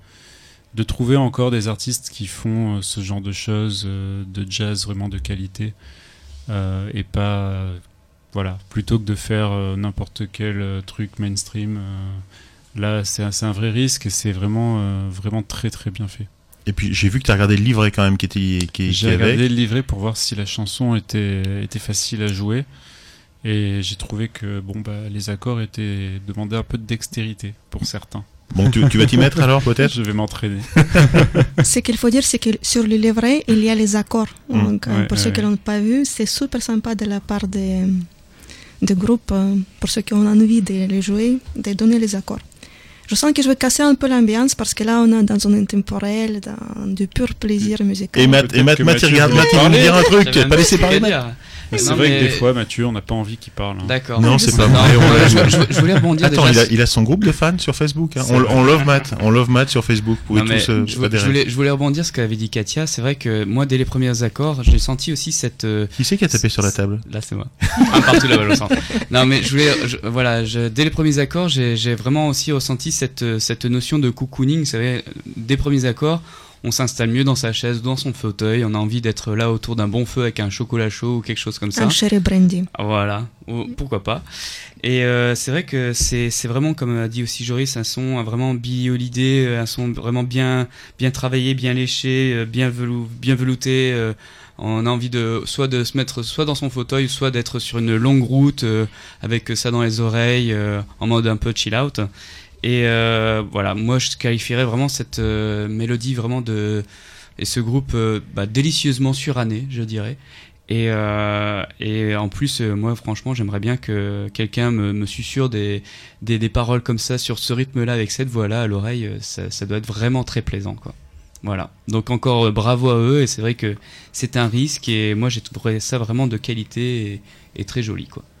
de trouver encore des artistes qui font ce genre de choses, de jazz vraiment de qualité, euh, et pas, euh, voilà, plutôt que de faire euh, n'importe quel euh, truc mainstream. Euh, là, c'est un, c'est un vrai risque et c'est vraiment, euh, vraiment très très bien fait. Et puis j'ai vu que tu as regardé le livret quand même qui était qui, J'ai qui regardé avait. le livret pour voir si la chanson était était facile à jouer, et j'ai trouvé que bon bah les accords étaient demandaient un peu de dextérité pour certains. Bon, tu, tu vas t'y mettre alors peut-être. Je vais m'entraîner. Ce qu'il faut dire, c'est que sur le livret, il y a les accords. Mmh. Donc, Ouais, pour ouais, ceux qui ouais. l'ont pas vu, c'est super sympa de la part des, des groupes, pour ceux qui ont envie de les jouer, de donner les accords. Je sens que je vais casser un peu l'ambiance parce que là on est dans un intemporel, dans du pur plaisir musical. Et Matt, et Matt, Matt, il regarde, Matt, il va me dire un truc. Tu vas pas laisser parler Matt. Mais c'est Non, vrai mais- que des fois, Mathieu, on n'a pas envie qu'il parle. hein. D'accord. Non, c'est pas Non, vrai. on l'a- je, je- je voulais rebondir Attends, déjà. il a, il a son groupe de fans sur Facebook. Hein. C'est On, vrai. on love Matt, on love Matt sur Facebook. Vous Non, pouvez mais tous euh, je, vou- adhérer. je voulais, je voulais rebondir ce qu'avait dit Katia. C'est vrai que moi, dès les premiers accords, j'ai senti aussi cette. euh, Qui c'est qui a tapé sur la table? Là, c'est moi. Un partout là-bas, je le sens. Non, mais je voulais. je- voilà, je- dès les premiers accords, j'ai j'ai vraiment aussi ressenti cette, euh, cette notion de cocooning. Vous savez, des premiers accords, on s'installe mieux dans sa chaise, dans son fauteuil. On a envie d'être là autour d'un bon feu avec un chocolat chaud ou quelque chose comme ça. Un cherry brandy. Voilà, ou- pourquoi pas. Et euh, c'est vrai que c'est c'est vraiment, comme a dit aussi Joris, un son euh, vraiment Billie Holiday, euh, un son vraiment bien bien travaillé, bien léché, euh, bien velou, bien velouté. euh, on a envie de soit de se mettre soit dans son fauteuil, soit d'être sur une longue route euh, avec ça dans les oreilles, euh, en mode un peu chill out. Et euh, voilà, moi je qualifierais vraiment cette euh, mélodie vraiment de et ce groupe euh, bah, délicieusement suranné, je dirais. Et, euh, et en plus, euh, moi, franchement, j'aimerais bien que quelqu'un me, me susurre des, des, des paroles comme ça, sur ce rythme-là, avec cette voix-là à l'oreille. euh, Ça, ça doit être vraiment très plaisant, quoi. Voilà. Donc encore euh, bravo à eux. Et c'est vrai que c'est un risque. Et moi, j'ai trouvé ça vraiment de qualité et, et très joli, quoi.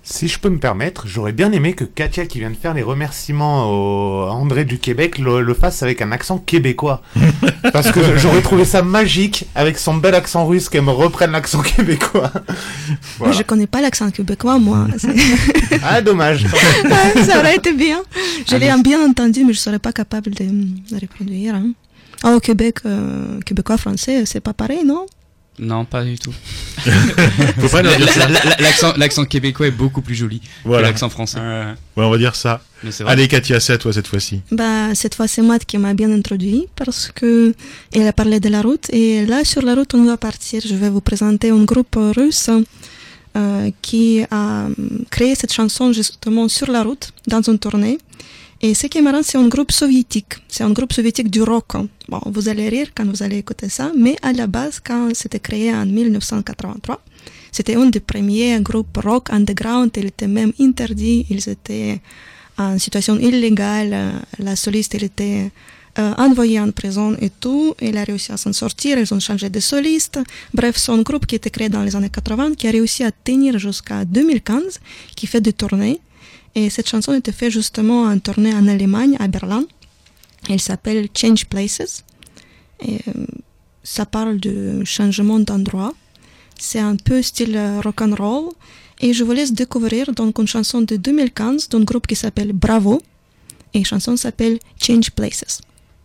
Si je peux me permettre, j'aurais bien aimé que Katia, qui vient de faire les remerciements au à André du Québec, le, le fasse avec un accent québécois. Parce que j'aurais trouvé ça magique, avec son bel accent russe, qu'elle me reprenne l'accent québécois. Voilà. Je connais pas l'accent québécois, moi. Ah, dommage. Ça aurait été bien. Je l'ai bien entendu, mais je serais pas capable de, de reproduire. Hein. Ah, au Québec, euh, québécois, français, c'est pas pareil, non? Non, pas du tout. Faut pas leur dire ça. La- la- L'accent, l'accent québécois est beaucoup plus joli Voilà. que l'accent français. Euh, Ouais, on va dire ça. Mais c'est vrai. Allez, Katia, c'est à toi cette fois-ci. Bah, cette fois, c'est Matt qui m'a bien introduit parce que elle a parlé de la route. Et là, sur la route, on va partir. Je vais vous présenter un groupe russe euh, qui a créé cette chanson justement sur la route, dans une tournée. Et ce qui est marrant, c'est un groupe soviétique. C'est un groupe soviétique du rock. Bon, vous allez rire quand vous allez écouter ça, mais à la base, quand c'était créé en mille neuf cent quatre-vingt-trois, c'était un des premiers groupes rock underground. Il était même interdit. Ils étaient en situation illégale. La soliste, elle était euh, envoyée en prison et tout. Elle a réussi à s'en sortir. Ils ont changé de soliste. Bref, c'est un groupe qui était créé dans les années quatre-vingts, qui a réussi à tenir jusqu'à deux mille quinze, qui fait des tournées. Et cette chanson était faite justement en tournée en Allemagne, à Berlin. Elle s'appelle Change Places. Et euh, ça parle de changement d'endroit. C'est un peu style euh, rock'n'roll. Et je vous laisse découvrir donc une chanson de deux mille quinze d'un groupe qui s'appelle Bravo. Et la chanson s'appelle Change Places.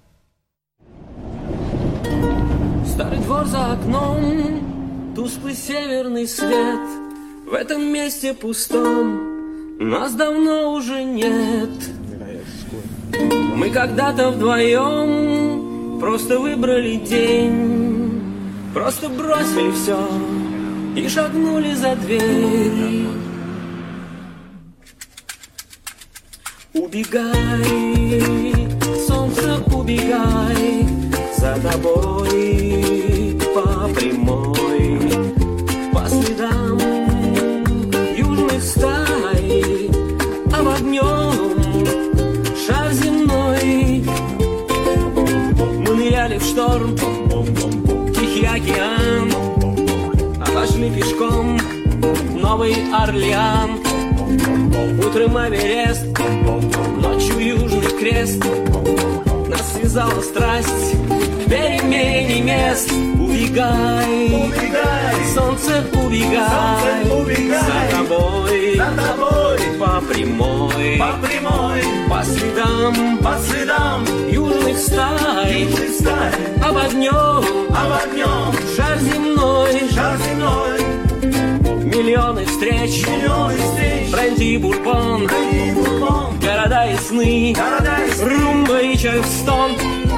Старый двор за окном, тусклый северный свет. В этом месте пустом нас давно уже нет. Мы когда-то вдвоем просто выбрали день, просто бросили все и шагнули за дверь. Убегай, солнце, убегай, за тобой по прямой, по следам южных стай, обогнем шар земной. Мы ныряли в шторм, Тихий океан, обошли пешком Новый Орлеан. Утром Эверест, ночью Южный Крест. Нас связала страсть в перемене мест. Убегай, убегай, солнце, убегай, солнце, убегай. За тобой, за тобой, по прямой, по прямой, по следам, по следам южных стай, южных стай. Обогнем, обогнем шар земной, шар земной. Миллионы встреч, миллионы встреч. Бренди, бурбон, бренди, бурбон. Города и сны, города и сны. Румба и чай в стон.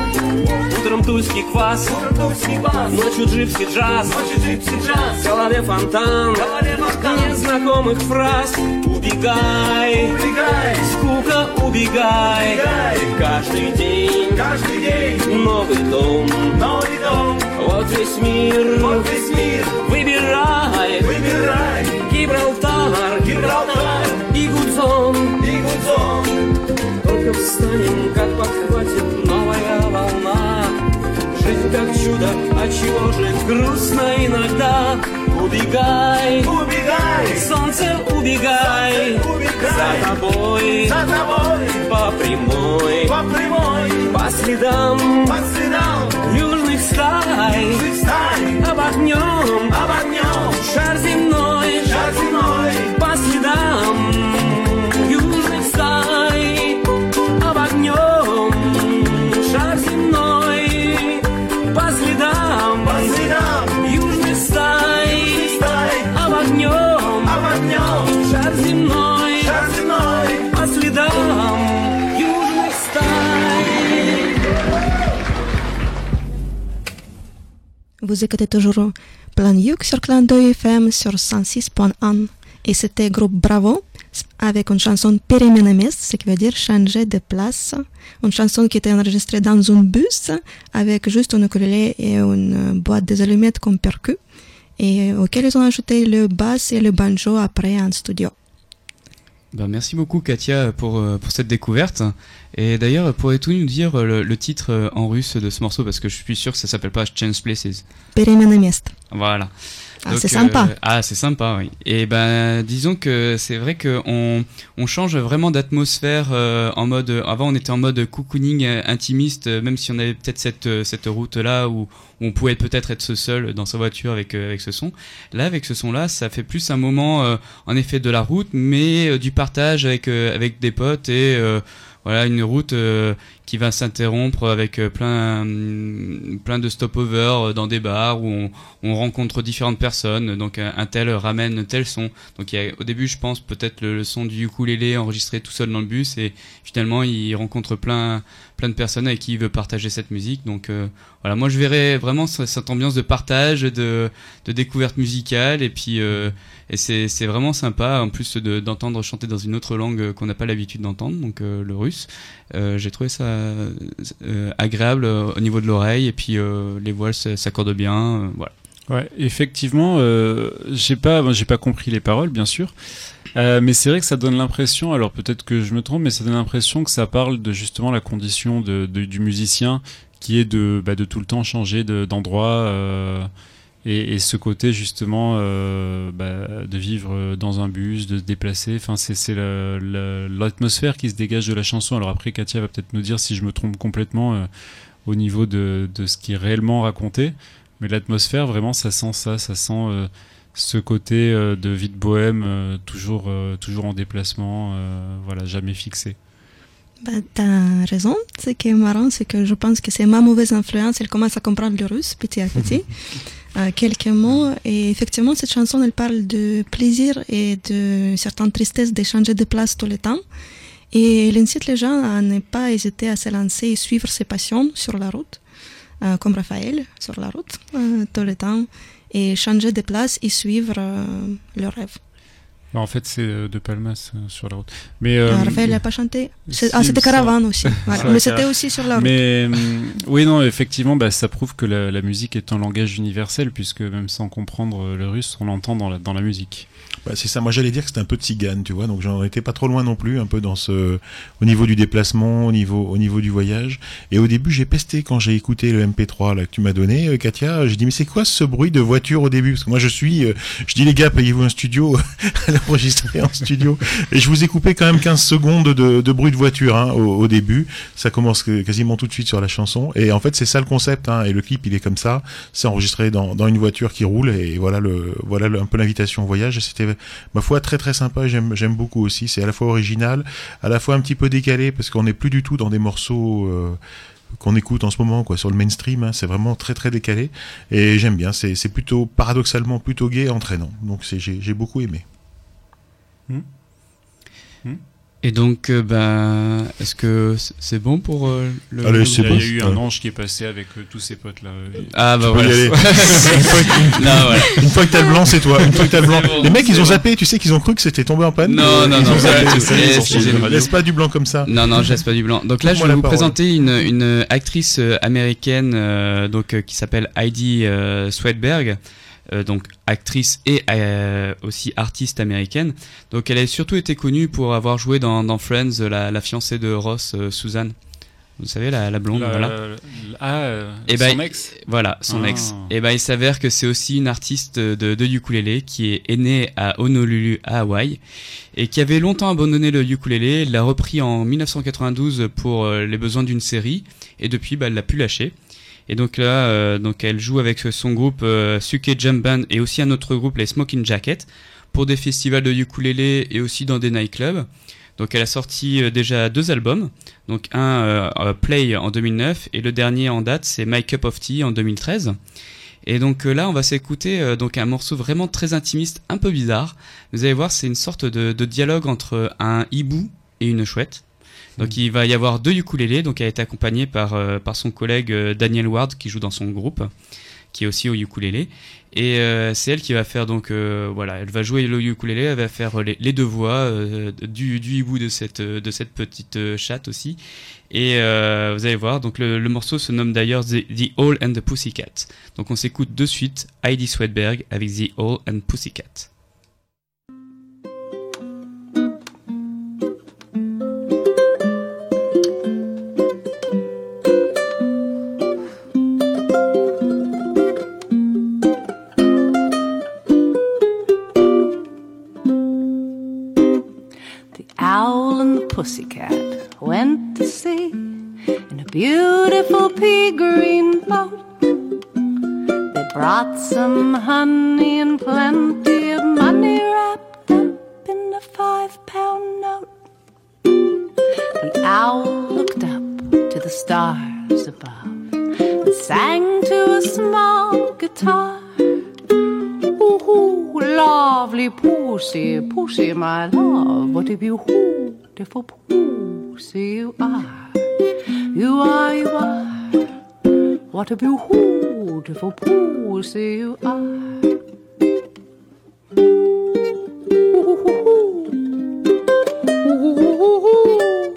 Утром тульский квас, утром тульский квас. Ночью джипси джаз, ночью джипси джаз. В голове фонтан, в голове фонтан. Незнакомых фраз. Убегай, убегай, скука, убегай, убегай. Каждый день, каждый день новый дом, новый дом. Вот весь мир, вот весь мир. Выбирай, выбирай. Гибралтар, Гибралтар. И Гудзон, и Гудзон. Только встанем, как подхватит новая волна. Жизнь как чудо, а чего же грустно иногда? Убегай, убегай, солнце, убегай, убегай. За тобой, за тобой, по прямой, по прямой, по следам, по следам южных стай, южных стай. Обогнем, обогнем шар земной, шар земной, по следам южных стай. Обогнем шар земной, по следам, по следам южных стай, стай. Обогнем, обогнем шар земной, шар земной, по следам южных стай. Vous écoutez toujours Plan Youk sur Clan deux F M sur cent six point un. Et c'était groupe Bravo avec une chanson Переменамес, ce qui veut dire changer de place. Une chanson qui était enregistrée dans un bus avec juste un ukulélé et une boîte des allumettes comme percu, et auquel ils ont ajouté le bass et le banjo après en studio. Ben, merci beaucoup Katia pour, pour cette découverte. Et d'ailleurs, pourrais-tu nous dire euh, le, le titre euh, en russe de ce morceau, parce que je suis sûr que ça s'appelle pas Change Places. Перемена мест. Voilà. Ah, Donc, c'est sympa. euh, ah, c'est sympa, oui. Et ben, disons que c'est vrai que on on change vraiment d'atmosphère euh, en mode. Avant, on était en mode cocooning euh, intimiste, euh, même si on avait peut-être cette euh, cette route là où, où on pouvait peut-être être seul dans sa voiture avec euh, avec ce son. Là, avec ce son là, ça fait plus un moment euh, en effet de la route, mais euh, du partage avec euh, avec des potes et euh, voilà, une route euh, qui va s'interrompre avec euh, plein hum, plein de stopovers dans des bars où on, on rencontre différentes personnes. Donc un, un tel ramène tel son. Donc il y a, au début, je pense peut-être le, le son du ukulélé enregistré tout seul dans le bus, et finalement il rencontre plein plein de personnes avec qui il veut partager cette musique. Donc euh, voilà, moi je verrais vraiment cette ambiance de partage, de de découverte musicale, et puis euh, et c'est c'est vraiment sympa en plus de d'entendre chanter dans une autre langue qu'on n'a pas l'habitude d'entendre, donc euh, le russe. Euh, j'ai trouvé ça euh, agréable euh, au niveau de l'oreille, et puis euh, les voiles s'accordent bien, euh, voilà. Ouais, effectivement, euh, j'ai pas, moi, j'ai pas compris les paroles, bien sûr, euh, mais c'est vrai que ça donne l'impression, alors peut-être que je me trompe, mais ça donne l'impression que ça parle de justement la condition de, de, du musicien, qui est de, bah, de tout le temps changer de, d'endroit, euh, et, et ce côté justement euh, bah, de vivre dans un bus, de se déplacer. Enfin, c'est, c'est la, la, l'atmosphère qui se dégage de la chanson. Alors après, Katia va peut-être nous dire si je me trompe complètement euh, au niveau de, de ce qui est réellement raconté. Mais l'atmosphère, vraiment, ça sent ça, ça sent euh, ce côté euh, de vie de bohème, euh, toujours, euh, toujours en déplacement, euh, voilà, jamais fixé. Bah, t'as raison. Ce qui est marrant, c'est que je pense que c'est ma mauvaise influence. Elle commence à comprendre le russe petit à petit. euh, quelques mots. Et effectivement, cette chanson, elle parle de plaisir et de certaines tristesses de changer de place tout le temps. Et elle incite les gens à ne pas hésiter à se lancer et suivre ses passions sur la route. Euh, comme Raphaël, sur la route, euh, tout le temps, et changer de place et suivre euh, leur rêve. En fait, c'est euh, De Palmas euh, sur la route. Mais euh, euh, Raphaël n'a pas chanté. Si, ah, c'était Caravane aussi. Voilà. Mais c'était Cara... aussi sur la route. Mais euh, oui, non, effectivement, bah, ça prouve que la, la musique est un langage universel, puisque même sans comprendre le russe, on l'entend dans la, dans la musique. Bah, c'est ça. Moi, j'allais dire que c'était un peu tzigane, tu vois. Donc, j'en étais pas trop loin non plus, un peu dans ce, au niveau du déplacement, au niveau, au niveau du voyage. Et au début, j'ai pesté quand j'ai écouté le M P trois là que tu m'as donné, euh, Katia. J'ai dit mais c'est quoi ce bruit de voiture au début? Parce que moi, je suis, euh, je dis les gars, payez-vous un studio, à l'enregistrer en studio. Et je vous ai coupé quand même quinze secondes de, de bruit de voiture hein, au, au début. Ça commence quasiment tout de suite sur la chanson. Et en fait, c'est ça le concept. Hein, et le clip, il est comme ça. C'est enregistré dans, dans une voiture qui roule. Et voilà le, voilà le, un peu l'invitation au voyage. Et c'était ma foi très très sympa, j'aime j'aime beaucoup aussi, c'est à la fois original, à la fois un petit peu décalé parce qu'on n'est plus du tout dans des morceaux euh, qu'on écoute en ce moment quoi sur le mainstream, hein, c'est vraiment très très décalé et j'aime bien, c'est c'est plutôt paradoxalement plutôt gai et entraînant. Donc c'est j'ai j'ai beaucoup aimé. Mmh. Mmh. Et donc, euh, bah, est-ce que c'est bon pour euh, le... Allez, Il y a, bon. il y a eu un Ouais. ange qui est passé avec euh, tous ses potes là. Et... Ah bah Tu peux voilà. y aller. une, fois que, Non, voilà. une fois que t'as le blanc, c'est toi. Une fois que t'as le blanc. C'est bon, Les mecs, ils c'est ont bon. zappé, tu sais qu'ils ont cru que c'était tombé en panne. Non, non, Ils non, ont zappé, ouais, c'est ça, c'est- ils ont c'est changé. génial. Laisse pas du blanc comme ça. Non, non, je laisse pas du blanc. Donc là, je Coupe-moi vais la vous parole. présenter une, une actrice euh, américaine euh, donc, euh, qui s'appelle Heidi euh, Sweatberg. Euh, donc actrice et euh, aussi artiste américaine. Donc elle a surtout été connue pour avoir joué dans, dans Friends, la, la fiancée de Ross, euh, Susan. Vous savez, la, la blonde, La- voilà. la- ah, euh, Et son ben, ex. Voilà, son Ah. ex. Et ben il s'avère que c'est aussi une artiste de, de ukulélé qui est, est née à Honolulu, à Hawaï, et qui avait longtemps abandonné le ukulélé. Elle l'a repris en dix-neuf cent quatre-vingt-douze pour euh, les besoins d'une série, et depuis, bah, elle l'a plus lâché. Et donc là, euh, donc elle joue avec son groupe euh, Suke Jump Band et aussi un autre groupe, les Smoking Jacket, pour des festivals de ukulélé et aussi dans des nightclubs. Donc elle a sorti euh, déjà deux albums, donc un euh, euh, Play en deux mille neuf et le dernier en date c'est My Cup of Tea en deux mille treize. Et donc euh, là on va s'écouter euh, donc un morceau vraiment très intimiste, un peu bizarre. Vous allez voir, c'est une sorte de, de dialogue entre un hibou et une chouette. Donc il va y avoir deux ukulélés, donc elle est accompagnée par euh, par son collègue euh, Daniel Ward qui joue dans son groupe, qui est aussi au ukulélé. Et euh, c'est elle qui va faire donc euh, voilà, elle va jouer le ukulélé, elle va faire les, les deux voix euh, du du hibou de cette de cette petite euh, chatte aussi. Et euh, vous allez voir, donc le, le morceau se nomme d'ailleurs The, The Owl and the Pussycat. Donc on s'écoute de suite Heidi Sweatberg avec The Owl and Pussycat. beautiful pea green boat. They brought some honey and plenty of money wrapped up in a five-pound note. The owl looked up to the stars above and sang to a small guitar. Ooh, ooh, lovely pussy, pussy, my love, what a beautiful pussy you are. You are, you are, what a beautiful pussy you are. Ooh, ooh, ooh. Ooh, ooh, ooh.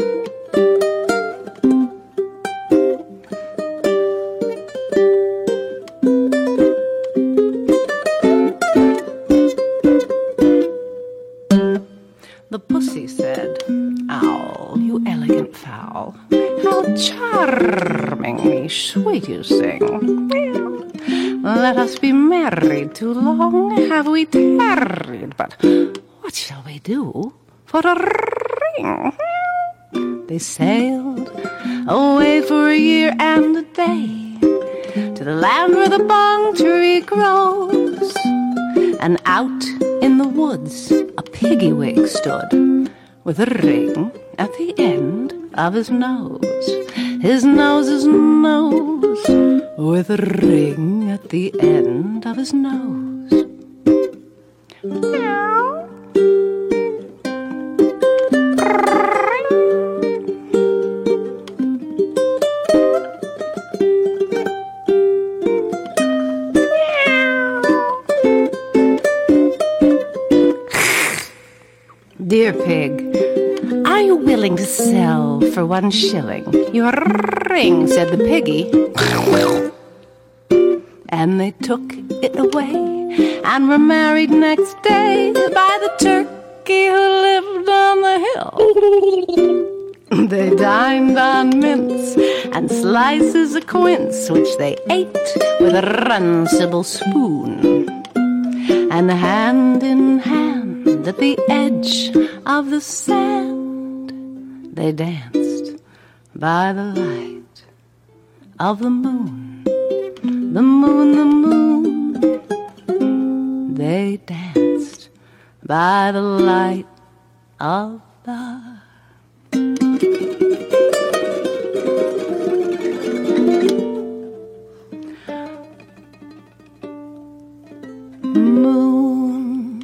The pussy said, Owl, you elegant fowl, how charmingly sweet you sing. Let us be married, too long have we tarried, but what shall we do for a ring? They sailed away for a year and a day to the land where the bong tree grows, and out in the woods a piggy-wig stood with a ring at the end of his nose. His nose, his nose, with a ring at the end of his nose. Meow. Dear pig, are you willing to sell for one shilling your ring, said the piggy. And they took it away and were married next day by the turkey who lived on the hill. They dined on mince and slices of quince, which they ate with a runcible spoon. And hand in hand at the edge of the sand, they danced by the light of the moon. The moon, the moon, they danced by the light of the moon.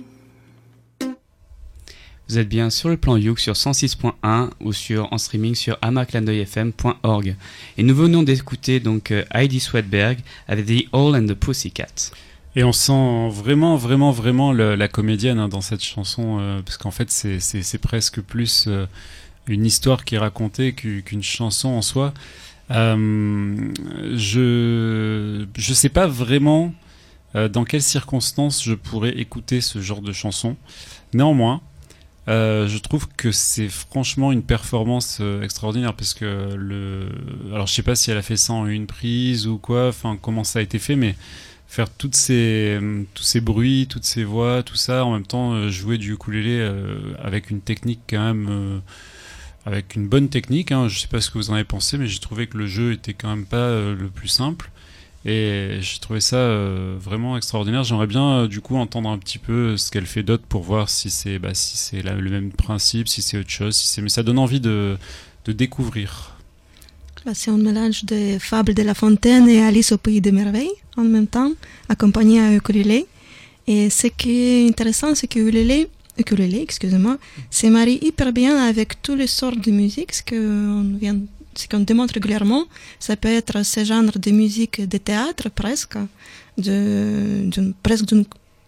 Vous êtes bien sur le plan Youk sur cent six point un ou sur en streaming sur amaclandeuil f m point org. Et nous venons d'écouter donc euh, Heidi Svedberg avec The Owl and the Pussycat. Et on sent vraiment, vraiment, vraiment le, la comédienne hein, dans cette chanson, euh, parce qu'en fait c'est, c'est, c'est presque plus euh, une histoire qui est racontée qu'une chanson en soi. Euh, je je sais pas vraiment euh, dans quelles circonstances je pourrais écouter ce genre de chanson. Néanmoins, Euh, je trouve que c'est franchement une performance euh, extraordinaire parce que le, alors je sais pas si elle a fait ça en une prise ou quoi, enfin comment ça a été fait, mais faire toutes ces, tous ces bruits, toutes ces voix, tout ça en même temps, euh, jouer du ukulélé euh, avec une technique quand même, euh, avec une bonne technique. Hein, je sais pas ce que vous en avez pensé, mais j'ai trouvé que le jeu était quand même pas euh, le plus simple. Et j'ai trouvé ça euh, vraiment extraordinaire. J'aimerais bien euh, du coup entendre un petit peu ce qu'elle fait d'autre pour voir si c'est bah, si c'est la, le même principe, si c'est autre chose, si c'est... mais ça donne envie de, de découvrir. Bah, c'est un mélange de Fables de La Fontaine et Alice au Pays des Merveilles en même temps, accompagné à ukulélé. Et ce qui est intéressant, c'est que ukulélé, ukulélé, excusez-moi, se marie hyper bien avec toutes les sortes de musique, ce qu'on vient ce qu'on demande régulièrement. Ça peut être ce genre de musique de théâtre presque, de, d'une, presque d'une,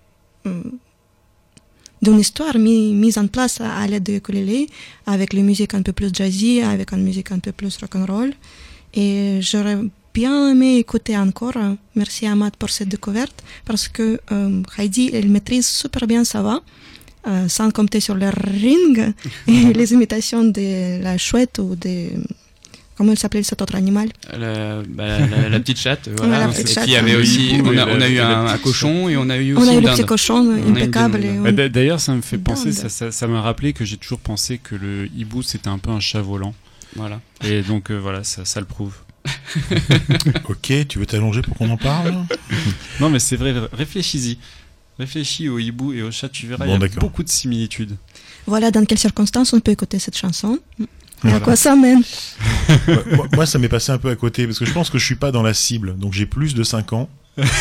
d'une histoire mis, mise en place à, à l'aide de ukulélé, avec les musiques un peu plus jazzy, avec une musique un peu plus rock'n'roll. Et j'aurais bien aimé écouter encore. Merci à Matt pour cette découverte, parce que euh, Heidi, elle maîtrise super bien sa voix. Euh, sans compter sur le ring et les imitations de la chouette ou de... Comment il s'appelait cet autre animal? la, bah, la, la, la petite chatte, voilà. Ouais, la petite chatte. Qui avait aussi, on a, on a eu un, un cochon et on a eu aussi on a eu une le dinde. petit cochon impeccable. On... Et D'ailleurs, ça me fait penser, dinde. ça, ça, ça m'a rappelé que j'ai toujours pensé que le hibou c'était un peu un chat volant. Voilà. Et donc euh, voilà, ça, ça le prouve. Ok, tu veux t'allonger pour qu'on en parle? Non, mais c'est vrai, réfléchis-y. Réfléchis au hibou et au chat, tu verras, il Bon, y a d'accord. beaucoup de similitudes. Voilà dans quelles circonstances on peut écouter cette chanson. Voilà. À quoi ça mène? Ouais, moi, moi, ça m'est passé un peu à côté parce que je pense que je suis pas dans la cible. Donc j'ai plus de cinq ans.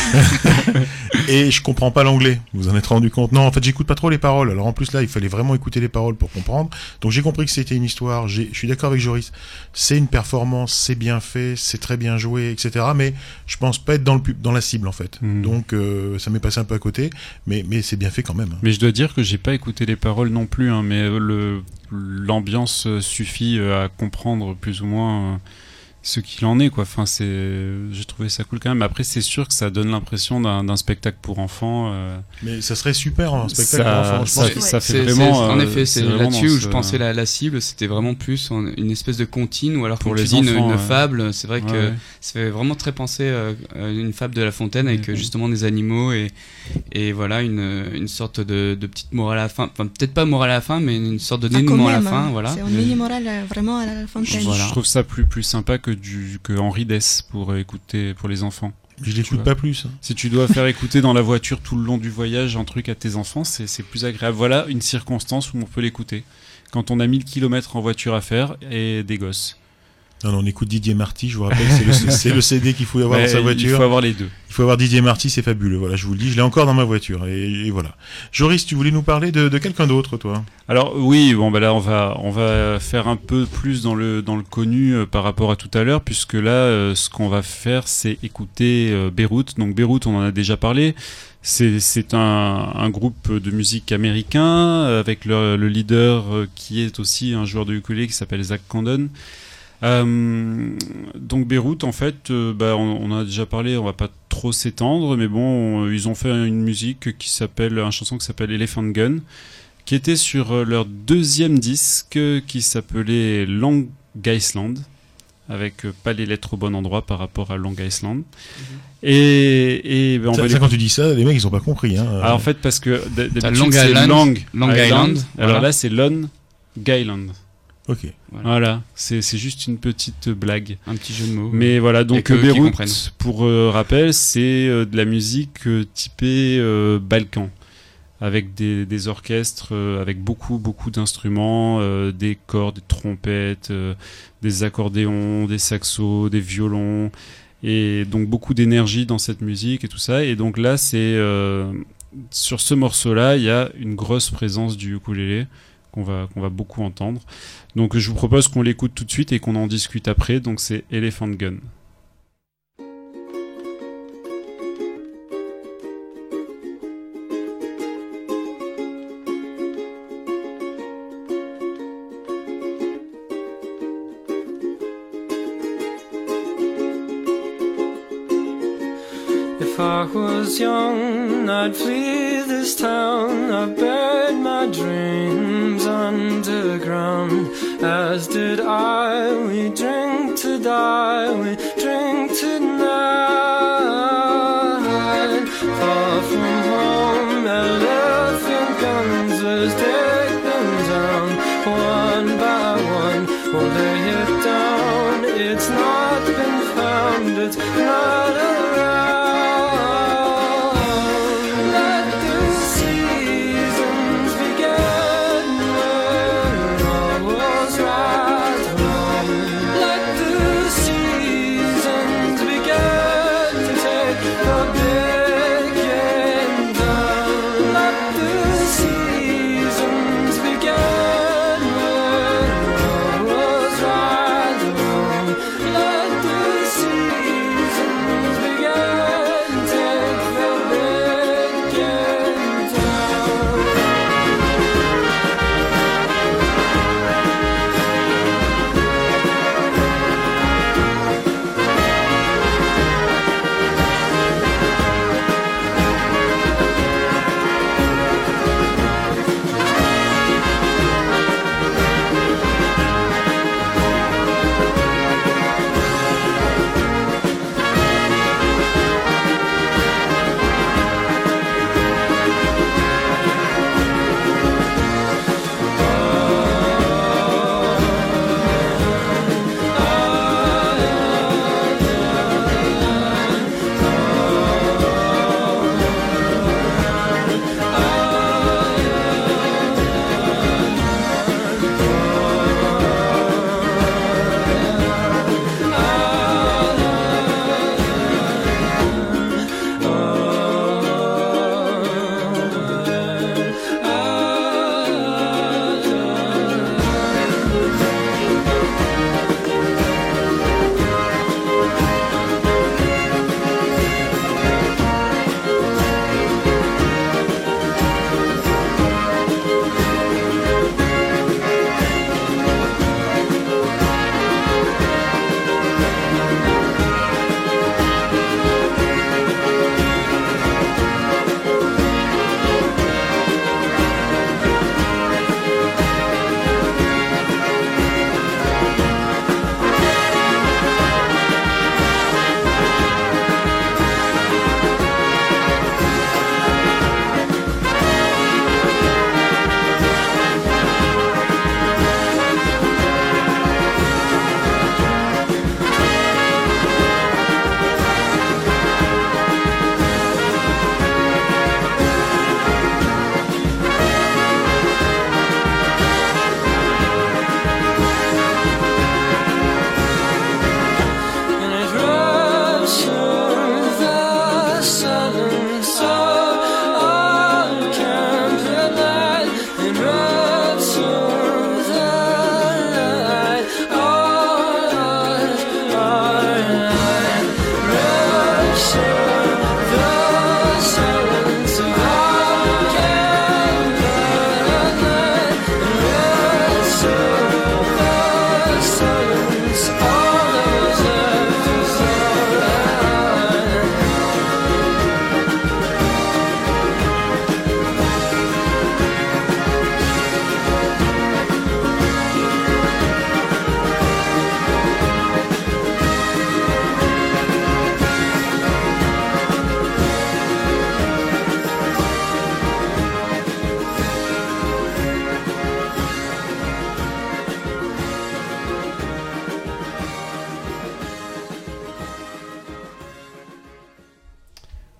Et je comprends pas l'anglais. Vous en êtes rendu compte? Non, en fait, j'écoute pas trop les paroles. Alors en plus là, il fallait vraiment écouter les paroles pour comprendre. Donc j'ai compris que c'était une histoire. J'ai, je suis d'accord avec Joris. C'est une performance, c'est bien fait, c'est très bien joué, et cetera. Mais je pense pas être dans le pub, dans la cible en fait. Mmh. Donc euh, ça m'est passé un peu à côté. Mais mais c'est bien fait quand même. Mais je dois dire que j'ai pas écouté les paroles non plus, hein, mais le l'ambiance suffit à comprendre plus ou moins ce qu'il en est, quoi. Enfin, c'est, j'ai trouvé ça cool quand même. Après, c'est sûr que ça donne l'impression d'un, d'un spectacle pour enfants. Euh... Mais ça serait super un spectacle ça, pour enfants. Je ça, pense que... ça fait c'est, vraiment. c'est, en euh, effet, c'est, c'est là-dessus où ce... je pensais la, la cible, c'était vraiment plus en, une espèce de comptine ou alors pour comme les tu dis enfants, une, une ouais. fable. C'est vrai ouais, que ouais. ça fait vraiment très penser euh, à une fable de La Fontaine avec ouais. justement des animaux et et voilà une une sorte de, de petite morale à la fin. Enfin, peut-être pas morale à la fin, mais une sorte de Ah, dénouement quand à la même, fin. hein. Voilà. C'est un mini moral euh, vraiment à la Fontaine. Je, Voilà. je trouve ça plus plus sympa que du que Henri Dess pour écouter pour les enfants. Je l'écoute pas plus. Hein. Si tu dois faire écouter dans la voiture tout le long du voyage un truc à tes enfants, c'est c'est plus agréable. Voilà une circonstance où on peut l'écouter. Quand on a mille kilomètres en voiture à faire et des gosses. Non, non, on écoute Didier Marty, je vous rappelle, c'est le, c'est le C D qu'il faut avoir Ouais, dans sa voiture. il faut avoir les deux. Il faut avoir Didier Marty, c'est fabuleux. Voilà, je vous le dis, je l'ai encore dans ma voiture. Et, et voilà. Joris, tu voulais nous parler de, de quelqu'un d'autre, toi? Alors oui, bon bah là on va on va faire un peu plus dans le dans le connu euh, par rapport à tout à l'heure, puisque là euh, ce qu'on va faire c'est écouter euh, Beyrouth. Donc Beyrouth, on en a déjà parlé. C'est c'est un un groupe de musique américain avec le, le leader euh, qui est aussi un joueur de ukulélé qui s'appelle Zach Condon. Euh, donc Beyrouth, en fait, euh, bah, on, on en a déjà parlé, on va pas trop s'étendre, mais bon, euh, ils ont fait une musique qui s'appelle, une chanson qui s'appelle Elephant Gun, qui était sur euh, leur deuxième disque, qui s'appelait Long Island, avec euh, pas les lettres au bon endroit par rapport à Long Island. Mm-hmm. Et, et ben, on ça, va ça, quand tu dis ça, les mecs ils ont pas compris. Hein. Ah, en fait, parce que d- d'habitude Long c'est Island, Long, Long Island, Island, alors voilà. là c'est Long Island. Ok. Voilà, voilà. C'est, c'est juste une petite blague. Un petit jeu de mots. Mais voilà, donc que, Beyrouth, pour euh, rappel, c'est euh, de la musique euh, typée euh, Balkan, avec des, des orchestres, euh, avec beaucoup, beaucoup d'instruments, euh, des cordes, des trompettes, euh, des accordéons, des saxos, des violons, et donc beaucoup d'énergie dans cette musique et tout ça. Et donc là, c'est euh, sur ce morceau-là, il y a une grosse présence du ukulélé qu'on va, qu'on va beaucoup entendre. Donc je vous propose qu'on l'écoute tout de suite et qu'on en discute après. Donc c'est Elephant Gun. If I was young, I'd flee this town. I buried my dreams underground. As did I, we drink to die, we drink tonight. Far from home, elephant guns, let's take them down. One by one, we'll lay it down. It's not been found, it's not around. Let the seasons begin.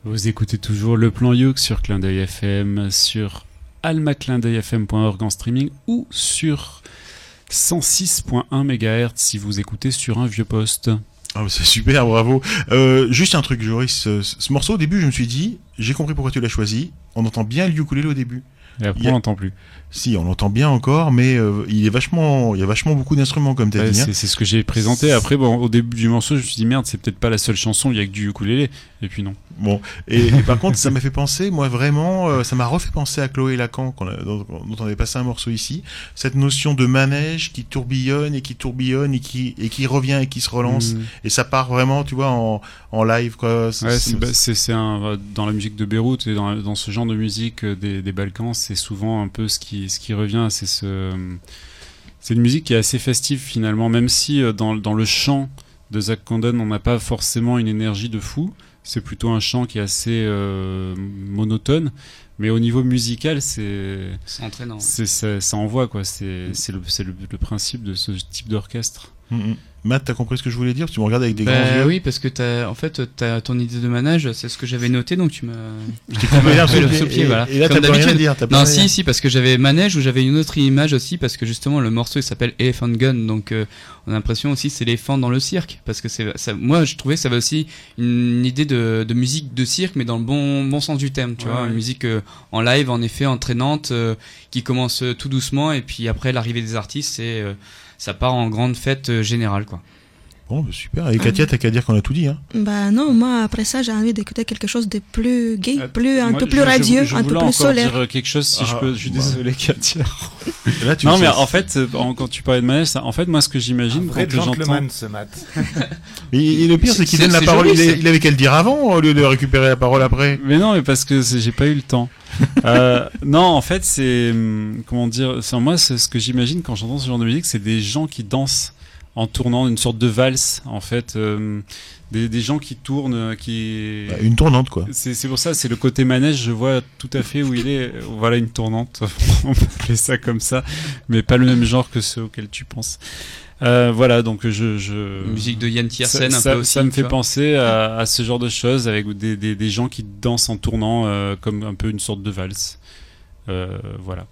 Vous écoutez toujours le plan Youk sur Clin d'œil F M, sur alma clin d'œil f m point org en streaming ou sur cent six virgule un mégahertz si vous écoutez sur un vieux poste. Ah, c'est super, bravo. Euh, juste un truc, Joris, ce, ce morceau au début, je me suis dit, j'ai compris pourquoi tu l'as choisi. On entend bien le ukulélé au début. Et après, Il y a- on l'entend plus. Si, on l'entend bien encore, mais euh, il est vachement, il y a vachement beaucoup d'instruments comme t'as Ouais, dit. hein. c'est, c'est ce que j'ai présenté. Après, bon, au début du morceau, je me suis dit merde, c'est peut-être pas la seule chanson, il y a que du ukulélé. Et puis non. Bon, et, et par contre, ça m'a fait penser, moi vraiment, euh, ça m'a refait penser à Chloé Lacan, qu'on a, dont, dont on avait passé un morceau ici. Cette notion de manège qui tourbillonne et qui tourbillonne et qui et qui revient et qui se relance. Mmh. Et ça part vraiment, tu vois, en, en live quoi. C'est- Ouais, c'est- c'est, bah, c'est, c'est un, dans la musique de Beyrouth et dans, dans ce genre de musique euh, des, des Balkans, c'est souvent un peu ce qui, ce qui revient. C'est ce, c'est une musique qui est assez festive finalement, même si euh, dans, dans le chant de Zach Condon, on n'a pas forcément une énergie de fou. C'est plutôt un chant qui est assez euh, monotone, mais au niveau musical, c'est, C'est entraînant. c'est ça, ça envoie quoi. C'est, c'est, le, c'est le, le principe de ce type d'orchestre. Mhm. Matt, t'as compris ce que je voulais dire? Tu me regardes avec des Bah grands yeux. oui, parce que t'as, en fait, t'as ton idée de manège, c'est ce que j'avais noté, donc tu m'as. Je t'ai coupé l'herbe sous le le pied, sous le pied, et- voilà. et là, Comme t'as plus rien à d'habitude. dire, t'as plus Non, rien à si, dire. si, parce que j'avais manège ou j'avais une autre image aussi, parce que justement le morceau il s'appelle Elephant Gun, donc euh, on a l'impression aussi c'est l'éléphant dans le cirque, parce que c'est, ça, moi je trouvais que ça avait aussi une idée de, de musique de cirque, mais dans le bon, bon sens du terme, tu Ouais, vois, ouais. une musique euh, en live, en effet entraînante, euh, qui commence euh, tout doucement, et puis après l'arrivée des artistes, c'est, euh, ça part en grande fête euh, générale, quoi. Bon, bah, super. Et Katia, t'as qu'à dire qu'on a tout dit, hein. Bah non, moi après ça j'ai envie d'écouter quelque chose de plus gay, Euh, plus, un Moi, peu je- plus je- radieux, je un peu voulais plus encore solaire. dire quelque chose si je Ah, peux. Je suis bah. désolé, Katia. Là, tu Non, sais, mais c'est- en fait, euh, en- quand tu parlais de manège, ça- en fait, moi, ce que Un j'imagine vrai quand j'entends. gentleman, ce Matt. Et, et le pire, c'est qu'il C'est- donne la c'est parole. joli, il, est- c'est- il avait qu'à le dire avant, au lieu de récupérer la parole après. Mais non, mais parce que c'est- j'ai pas eu le temps. euh, non, en fait, c'est hum, comment dire. C'est moi, c'est ce que j'imagine quand j'entends ce genre de musique, c'est des gens qui dansent en tournant une sorte de valse, en fait, euh, des, des gens qui tournent, euh, qui. Bah, une tournante, quoi. C'est, c'est pour ça, c'est le côté manège, je vois tout à fait où il est. Euh, Voilà une tournante, on peut appeler ça comme ça, mais pas le même genre que ceux auxquels tu penses. Euh, voilà, donc je. je... Musique de Yann Tiersen, ça, un ça- peu aussi. ça me tu fait vois. penser à, à ce genre de choses avec des, des, des gens qui dansent en tournant euh, comme un peu une sorte de valse. Euh, voilà.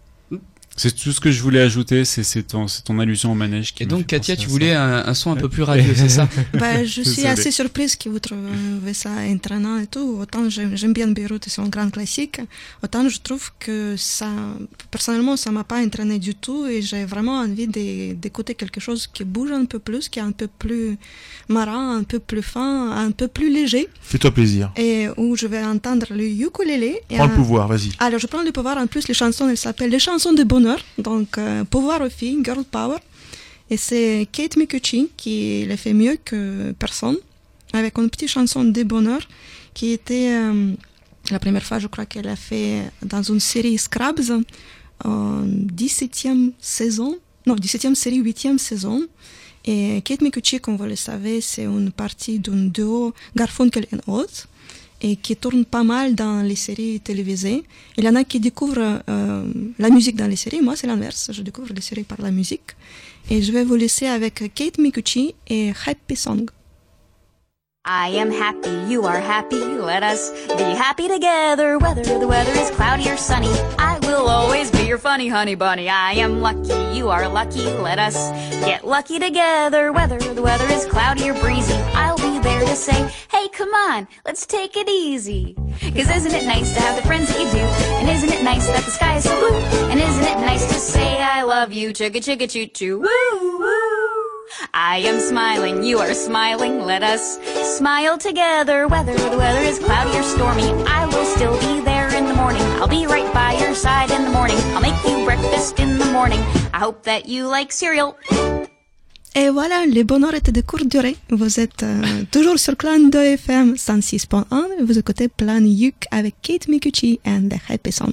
C'est tout ce que je voulais ajouter, c'est, c'est, ton, c'est ton allusion au manège qui Et me donc fait Katia, penser tu à voulais ça. un, un son un peu plus radieux, c'est ça? Bah, je suis Désolé. assez surprise que vous trouvez ça entraînant et tout. Autant j'aime, j'aime bien Beyrouth, c'est un grand classique. Autant je trouve que ça, personnellement, ça m'a pas entraîné du tout et j'ai vraiment envie de- d'écouter quelque chose qui bouge un peu plus, qui est un peu plus marrant, un peu plus fin, un peu plus léger Fais-toi plaisir. et où je vais entendre le ukulélé. Et Prends le un- pouvoir, vas-y. Alors, je prends le pouvoir. En plus, les chansons, elles s'appellent les chansons de bonheur. Donc, euh, pouvoir aux filles, girl power. Et c'est Kate Micucci qui les fait mieux que personne, avec une petite chanson de bonheur qui était euh, la première fois, je crois qu'elle a fait dans une série Scrubs en dix-septième saison. Non, dix-septième série, huitième saison. Et Kate Micucci, comme vous le savez, c'est une partie d'un duo Garfunkel and Oates et qui tourne pas mal dans les séries télévisées. Il y en a qui découvrent euh, la musique dans les séries. Moi, c'est l'inverse. Je découvre les séries par la musique. Et je vais vous laisser avec Kate Micucci et Happy Song. I am happy, you are happy, let us be happy together. Whether the weather is cloudy or sunny, I will always be your funny honey bunny. I am lucky, you are lucky, let us get lucky together. Whether the weather is cloudy or breezy, I'll be there to say, hey, come on, let's take it easy. Cause isn't it nice to have the friends that you do? And isn't it nice that the sky is so blue? And isn't it nice to say I love you, chugga chugga choo choo, woo woo. I am smiling, you are smiling, let us smile together. Whether the weather is cloudy or stormy, I will still be there in the morning. I'll be right by your side in the morning. I'll make you breakfast in the morning. I hope that you like cereal. Et voilà, le bonheur était de courte durée. Vous êtes euh, toujours sur Clin d'œil F M cent six point un et vous écoutez Plan Yuk avec Kate Micucci and the Happy Song.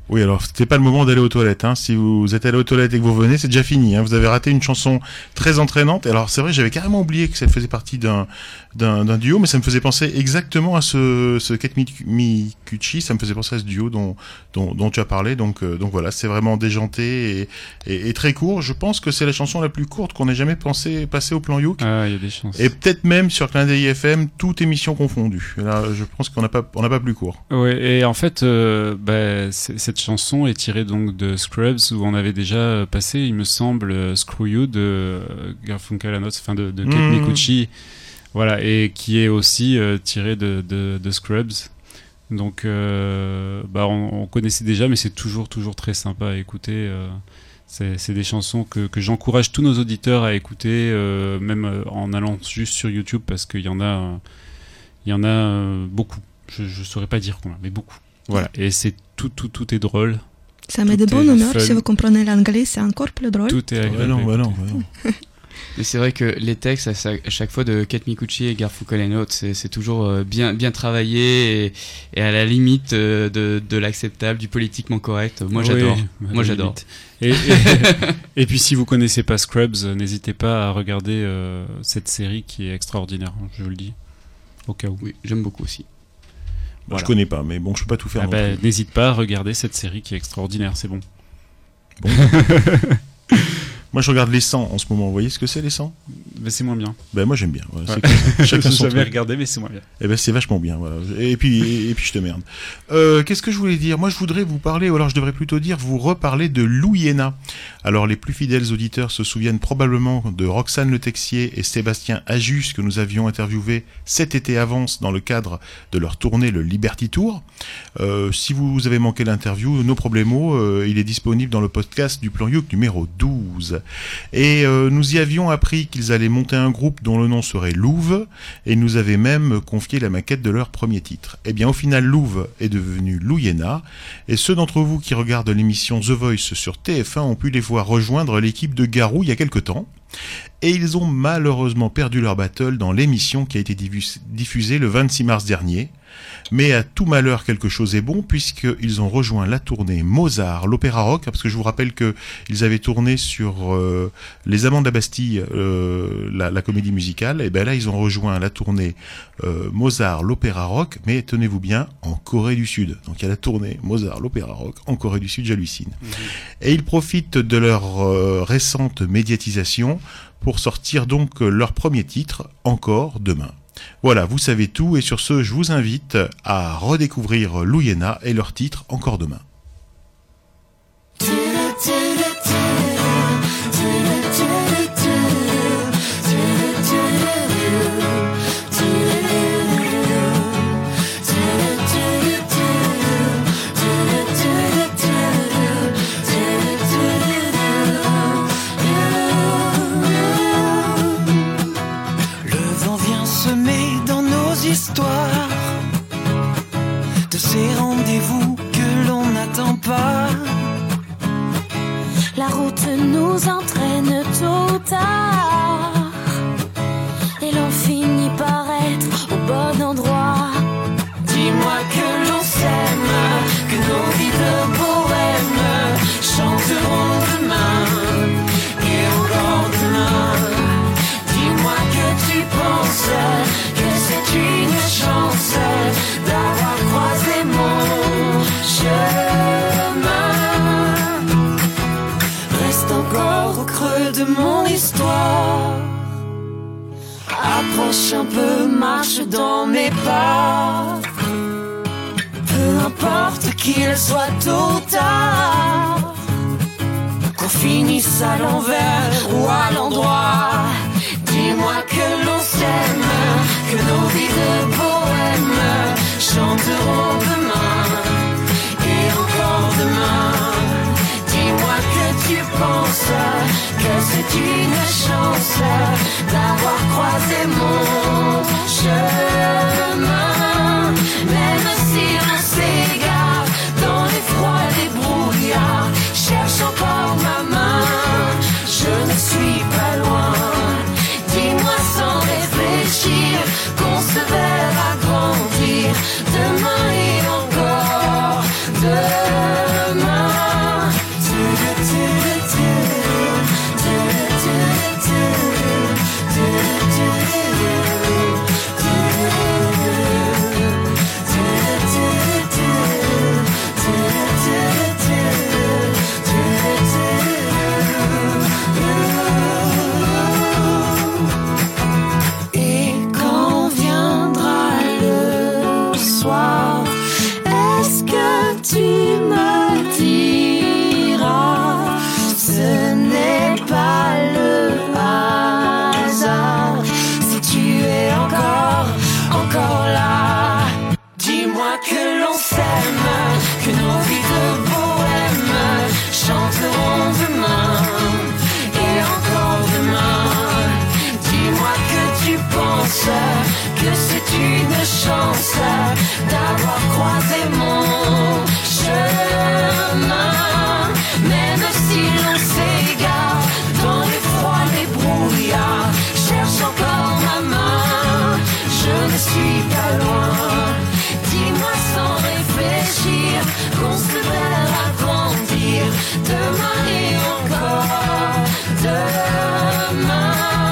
Oui, alors c'était pas le moment d'aller aux toilettes. Hein. Si vous êtes allé aux toilettes et que vous revenez, c'est déjà fini. Hein. Vous avez raté une chanson très entraînante. Alors c'est vrai, j'avais carrément oublié que ça faisait partie d'un d'un, d'un duo, mais ça me faisait penser exactement à ce ce Kate Micucci. Ça me faisait penser à ce duo dont dont, dont tu as parlé. Donc euh, donc voilà, c'est vraiment déjanté et, et, et très court. Je pense que c'est la chanson la plus courte qu'on ait jamais pensé passer au plan Youk. Ah, il y a des chances. Et peut-être même sur Clin d'œil F M, toute émission confondue. Là, je pense qu'on n'a pas on n'a pas plus court. Ouais, et en fait, euh, bah, cette chanson est tirée donc de Scrubs où on avait déjà passé, il me semble, euh, Screw You de euh, Garfunkel and Oates, enfin de, de Kate Mmh. Micucci, voilà, et qui est aussi euh, tirée de, de, de Scrubs. Donc, euh, bah, on, on connaissait déjà, mais c'est toujours toujours très sympa à écouter. Euh, c'est, c'est des chansons que, que j'encourage tous nos auditeurs à écouter, euh, même euh, en allant juste sur YouTube parce qu'il y en a, euh, il y en a euh, beaucoup. Je ne saurais pas dire combien, mais beaucoup. Voilà, et c'est tout, tout, tout est drôle. Ça met de Tout bonne est humeur. fun. Si vous comprenez l'anglais, c'est encore plus drôle. Tout est agréable. Ouais, non, à bah non, écouter. bah non. Et c'est vrai que les textes, à chaque, à chaque fois de Kate Micucci et Garfunkel and Oates, c'est, c'est toujours euh, bien, bien travaillé et, et à la limite euh, de, de l'acceptable, du politiquement correct. Moi, Oui, j'adore. à Moi, la j'adore. limite. Et, et, et puis, si vous connaissez pas Scrubs, euh, n'hésitez pas à regarder euh, cette série qui est extraordinaire, hein, je vous le dis, au cas où. Oui, j'aime beaucoup aussi. Voilà. Je connais pas, mais bon, je peux pas tout faire. Ah non bah, plus. n'hésite pas à regarder cette série qui est extraordinaire, c'est bon. Bon. Moi, je regarde les cent en ce moment. Vous voyez ce que c'est, les cent? Mais c'est moins bien. Ben moi, j'aime bien. Voilà, Ouais. c'est que chacun son J'avais truc. regardé, mais c'est moins bien. Eh ben c'est vachement bien, voilà. Et puis et, et puis je te merde. Euh, qu'est-ce que je voulais dire? Moi je voudrais vous parler, ou alors je devrais plutôt dire vous reparler de Lou Iéna. Alors les plus fidèles auditeurs se souviennent probablement de Roxane Le Texier et Sébastien Ajus que nous avions interviewés cet été avance dans le cadre de leur tournée le Liberty Tour. Euh, si vous avez manqué l'interview, no problemo, euh, il est disponible dans le podcast du Plan Youk numéro douze. Et euh, nous y avions appris qu'ils allaient monter un groupe dont le nom serait Louve, et ils nous avaient même confié la maquette de leur premier titre. Eh bien, au final, Louve est devenu Lou Iéna, et ceux d'entre vous qui regardent l'émission The Voice sur T F un ont pu les voir rejoindre l'équipe de Garou il y a quelque temps, et ils ont malheureusement perdu leur battle dans l'émission qui a été diffusée le vingt-six mars dernier. Mais à tout malheur, quelque chose est bon, puisqu'ils ont rejoint la tournée Mozart, l'opéra rock, parce que je vous rappelle qu'ils avaient tourné sur euh, Les Amants de la Bastille, euh, la, la comédie musicale, et ben là ils ont rejoint la tournée euh, Mozart, l'opéra rock, mais tenez-vous bien, en Corée du Sud. Donc il y a la tournée Mozart, l'opéra rock, en Corée du Sud, j'hallucine. Mmh. Et ils profitent de leur euh, récente médiatisation pour sortir donc leur premier titre, Encore demain. Voilà, vous savez tout, et sur ce, je vous invite à redécouvrir Lou Iéna et leur titre Encore demain. Histoire de ces rendez-vous que l'on n'attend pas. La route nous entraîne tôt ou tard, et l'on finit par être au bon endroit. Dis-moi que l'on s'aime, que nos vies de poèmes chanteront demain et encore demain. Dis-moi que tu penses que c'est une chance d'avoir croisé mon chemin. Reste encore au creux de mon histoire. Approche un peu, marche dans mes pas. Peu importe qu'il soit tôt ou tard, qu'on finisse à l'envers ou à l'endroit. Dis-moi que l'on s'aime, que nos vies de poèmes chanteront demain et encore demain. Dis-moi que tu penses que c'est une chance d'avoir croisé mon chemin. Même si l'on s'égare dans les froids des brouillards, cherche encore ma main, je ne suis pas loin. Dis-moi sans réfléchir qu'on se verra grandir demain et encore demain. tu me diras, ce n'est pas le hasard. Si tu es encore, encore là, dis-moi que l'on s'aime, que nos vies de bohème chanteront demain et encore demain. Dis-moi que tu penses que c'est une chance d'avoir croisé mon chemin. Même si l'on s'égare dans les froids, les brouillards, cherche encore ma main, je ne suis pas loin. Dis-moi sans réfléchir qu'on se verra grandir demain et encore demain.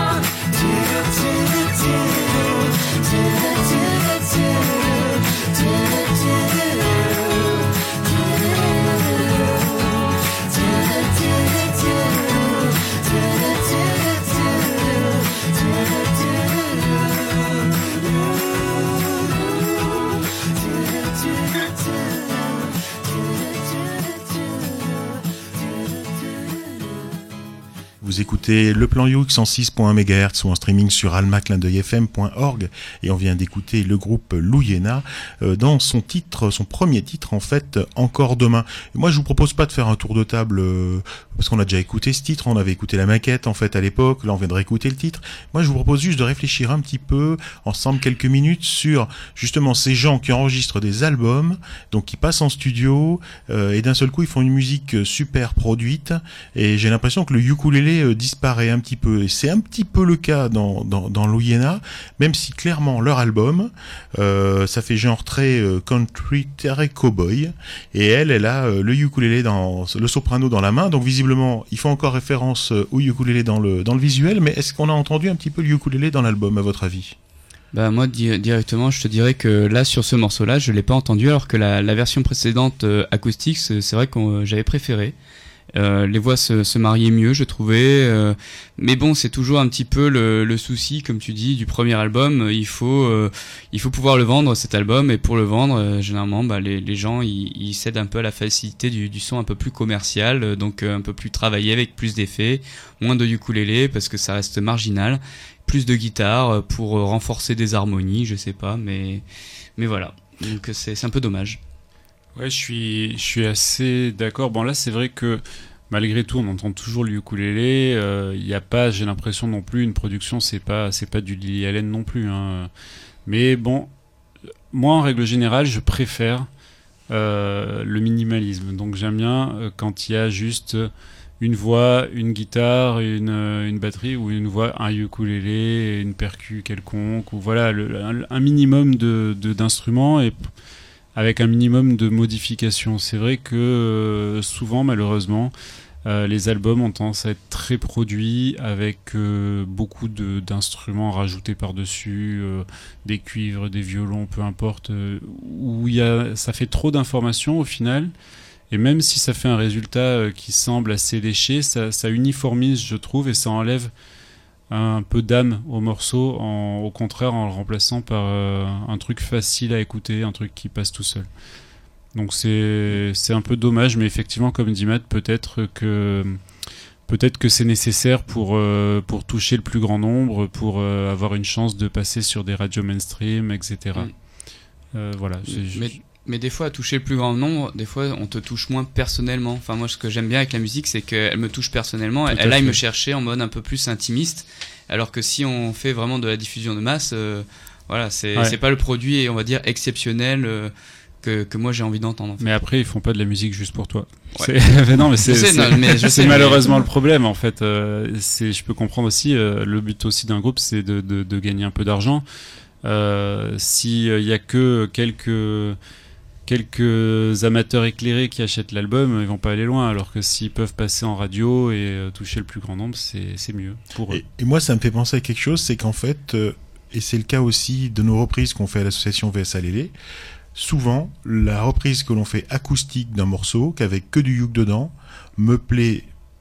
Vous écoutez Le Plan Youk cent six point un mégahertz ou en streaming sur alma clin d'œil f m point org et on vient d'écouter le groupe Louyena euh, dans son titre, son premier titre en fait, Encore demain. Et moi je vous propose pas de faire un tour de table euh, parce qu'on a déjà écouté ce titre, on avait écouté la maquette en fait à l'époque, là on viendrait écouter le titre. Moi je vous propose juste de réfléchir un petit peu ensemble quelques minutes sur justement ces gens qui enregistrent des albums, donc qui passent en studio euh, et d'un seul coup ils font une musique super produite et j'ai l'impression que le ukulélé euh, disparaît un petit peu et c'est un petit peu le cas dans dans, dans Louyena, même si clairement leur album euh, ça fait genre très euh, country, très cowboy et elle elle a euh, le ukulélé dans le soprano dans la main, donc visiblement il faut encore référence au ukulélé dans le dans le visuel, mais est-ce qu'on a entendu un petit peu le ukulélé dans l'album à votre avis? Bah moi di- directement je te dirais que là sur ce morceau là je l'ai pas entendu alors que la, la version précédente euh, acoustique c'est, c'est vrai que euh, j'avais préféré. Euh, les voix se, se mariaient mieux, je trouvais. Euh, mais bon, c'est toujours un petit peu le, le souci, comme tu dis, du premier album. Il faut, euh, il faut pouvoir le vendre cet album, et pour le vendre, euh, généralement, bah, les, les gens ils, ils cèdent un peu à la facilité du, du son un peu plus commercial, euh, donc euh, un peu plus travaillé avec plus d'effets, moins de ukulélé parce que ça reste marginal, plus de guitare pour euh, renforcer des harmonies, je sais pas, mais mais voilà. Donc c'est, c'est un peu dommage. Ouais, je suis, je suis assez d'accord. Bon, là, c'est vrai que malgré tout, on entend toujours le ukulélé. Il euh, n'y a pas, j'ai l'impression non plus, une production, c'est pas, c'est pas du Lily Allen non plus. Hein. Mais bon, moi, en règle générale, je préfère euh, le minimalisme. Donc, j'aime bien euh, quand il y a juste une voix, une guitare, une, une batterie ou une voix, un ukulélé, une percu quelconque, ou voilà, le, un, un minimum de, de, d'instruments et avec un minimum de modifications. C'est vrai que euh, souvent, malheureusement, euh, les albums ont tendance à être très produits avec euh, beaucoup de, d'instruments rajoutés par-dessus, euh, des cuivres, des violons, peu importe, euh, où y a, ça fait trop d'informations au final. Et même si ça fait un résultat euh, qui semble assez léché, ça, ça uniformise, je trouve, et ça enlève un peu d'âme au morceau, en, au contraire en le remplaçant par euh, un truc facile à écouter, un truc qui passe tout seul. Donc c'est, c'est un peu dommage, mais effectivement, comme dit Matt, peut-être que, peut-être que c'est nécessaire pour, euh, pour toucher le plus grand nombre, pour euh, avoir une chance de passer sur des radios mainstream, et cetera. Mm. Euh, voilà. C'est, mais, mais des fois, à toucher le plus grand nombre, des fois, on te touche moins personnellement. Enfin, moi, ce que j'aime bien avec la musique, c'est qu'elle me touche personnellement. Tout elle aille me chercher en mode un peu plus intimiste. Alors que si on fait vraiment de la diffusion de masse, euh, voilà, c'est, ouais. c'est pas le produit, on va dire, exceptionnel euh, que, que moi j'ai envie d'entendre. En fait. Mais après, ils font pas de la musique juste pour toi. Ouais. C'est... non, mais c'est, sais, c'est... Non, mais je c'est sais, malheureusement mais... le problème, en fait. Euh, c'est, je peux comprendre aussi, euh, le but aussi d'un groupe, c'est de, de, de gagner un peu d'argent. Euh, s'il y a que quelques... quelques amateurs éclairés qui achètent l'album, ils vont pas aller loin, alors que s'ils peuvent passer en radio et euh, toucher le plus grand nombre, c'est, c'est mieux pour eux. Et, et moi, ça me fait penser à quelque chose, c'est qu'en fait, euh, et c'est le cas aussi de nos reprises qu'on fait à l'association V S A Lélé, souvent, la reprise que l'on fait acoustique d'un morceau, qu'avec que du uke dedans, me plaît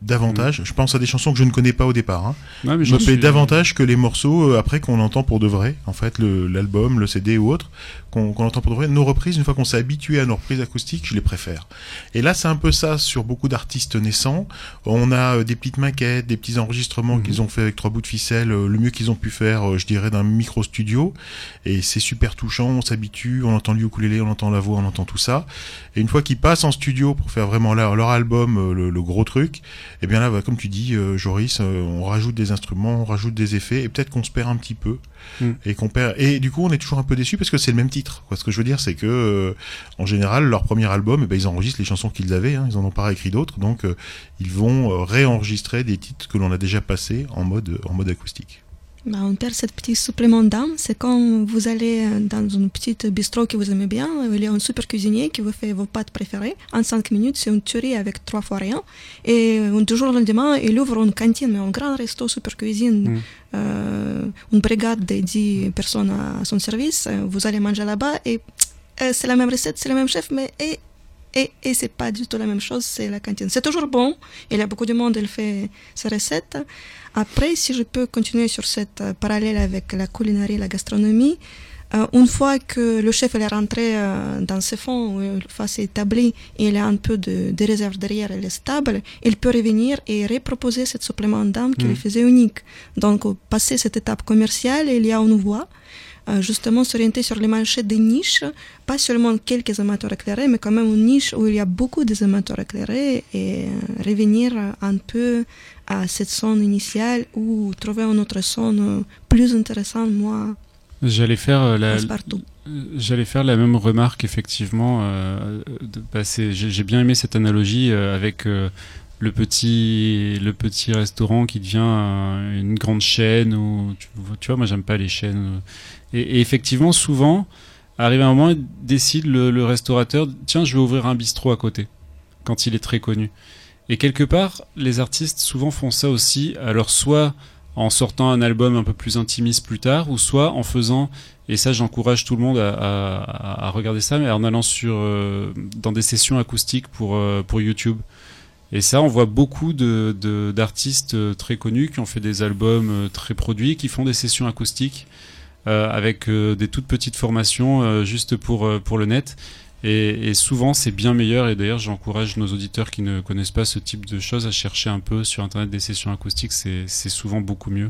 davantage. Mmh. Je pense à des chansons que je ne connais pas au départ. Hein. Ouais, mais me plaît suis... davantage que les morceaux euh, après qu'on entend pour de vrai. En fait, le, l'album, le C D ou autre, qu'on, qu'on entend pour de vrai. Nos reprises, une fois qu'on s'est habitué à nos reprises acoustiques, je les préfère. Et là, c'est un peu ça sur beaucoup d'artistes naissants. On a euh, des petites maquettes, des petits enregistrements mmh. qu'ils ont fait avec trois bouts de ficelle, euh, le mieux qu'ils ont pu faire, euh, je dirais, d'un micro studio. Et c'est super touchant. On s'habitue, on entend le ukulélé, on entend la voix, on entend tout ça. Et une fois qu'ils passent en studio pour faire vraiment leur, leur album, euh, le, le gros truc, et bien là, bah, comme tu dis, euh, Joris, euh, on rajoute des instruments, on rajoute des effets, et peut-être qu'on se perd un petit peu, mm. et qu'on perd. Et du coup, on est toujours un peu déçu parce que c'est le même titre. Quoi. Ce que je veux dire, c'est que, euh, en général, leur premier album, eh ben, ils enregistrent les chansons qu'ils avaient, hein, ils en ont pas réécrit d'autres, donc euh, ils vont euh, réenregistrer des titres que l'on a déjà passés en mode, en mode acoustique. Bah, on perd ce petit supplément d'âme. C'est quand vous allez dans une petite bistrot que vous aimez bien, il y a un super cuisinier qui vous fait vos pâtes préférées. En cinq minutes, c'est une tuerie avec trois fois rien. Et du jour au lendemain, il ouvre une cantine, mais un grand resto, super cuisine, mm. euh, une brigade de dix personnes à son service. Vous allez manger là-bas et euh, c'est la même recette, c'est le même chef, mais et, et, et c'est pas du tout la même chose, c'est la cantine. C'est toujours bon. Il y a beaucoup de monde qui fait ces recettes. Après, si je peux continuer sur cette euh, parallèle avec la culinaire, la gastronomie, euh, une fois que le chef est rentré euh, dans ses fonds, euh, face établi, et il a un peu de, de réserve derrière, il est stable, il peut revenir et reproposer ce supplément d'âme qui mmh. le faisait unique. Donc, euh, passer cette étape commerciale, il y a une voie. Euh, justement s'orienter sur les marchés des niches, pas seulement quelques amateurs éclairés, mais quand même une niche où il y a beaucoup des amateurs éclairés et euh, revenir un peu à cette zone initiale ou trouver un autre son plus intéressant, moi. J'allais faire euh, la, j'allais faire la même remarque effectivement. Euh, de passer, j'ai, j'ai bien aimé cette analogie euh, avec euh, le petit, le petit restaurant qui devient euh, une grande chaîne. Ou tu, tu vois, moi j'aime pas les chaînes. Et, et effectivement, souvent, arrive un moment, il décide le, le restaurateur, tiens, je vais ouvrir un bistrot à côté, quand il est très connu. Et quelque part, les artistes souvent font ça aussi, alors soit en sortant un album un peu plus intimiste plus tard, ou soit en faisant, et ça j'encourage tout le monde à, à, à regarder ça, mais en allant sur, euh, dans des sessions acoustiques pour, euh, pour YouTube. Et ça, on voit beaucoup de, de, d'artistes très connus qui ont fait des albums très produits, qui font des sessions acoustiques euh, avec euh, des toutes petites formations euh, juste pour, euh, pour le net. Et, et souvent, c'est bien meilleur. Et d'ailleurs, j'encourage nos auditeurs qui ne connaissent pas ce type de choses à chercher un peu sur Internet des sessions acoustiques. C'est, c'est souvent beaucoup mieux.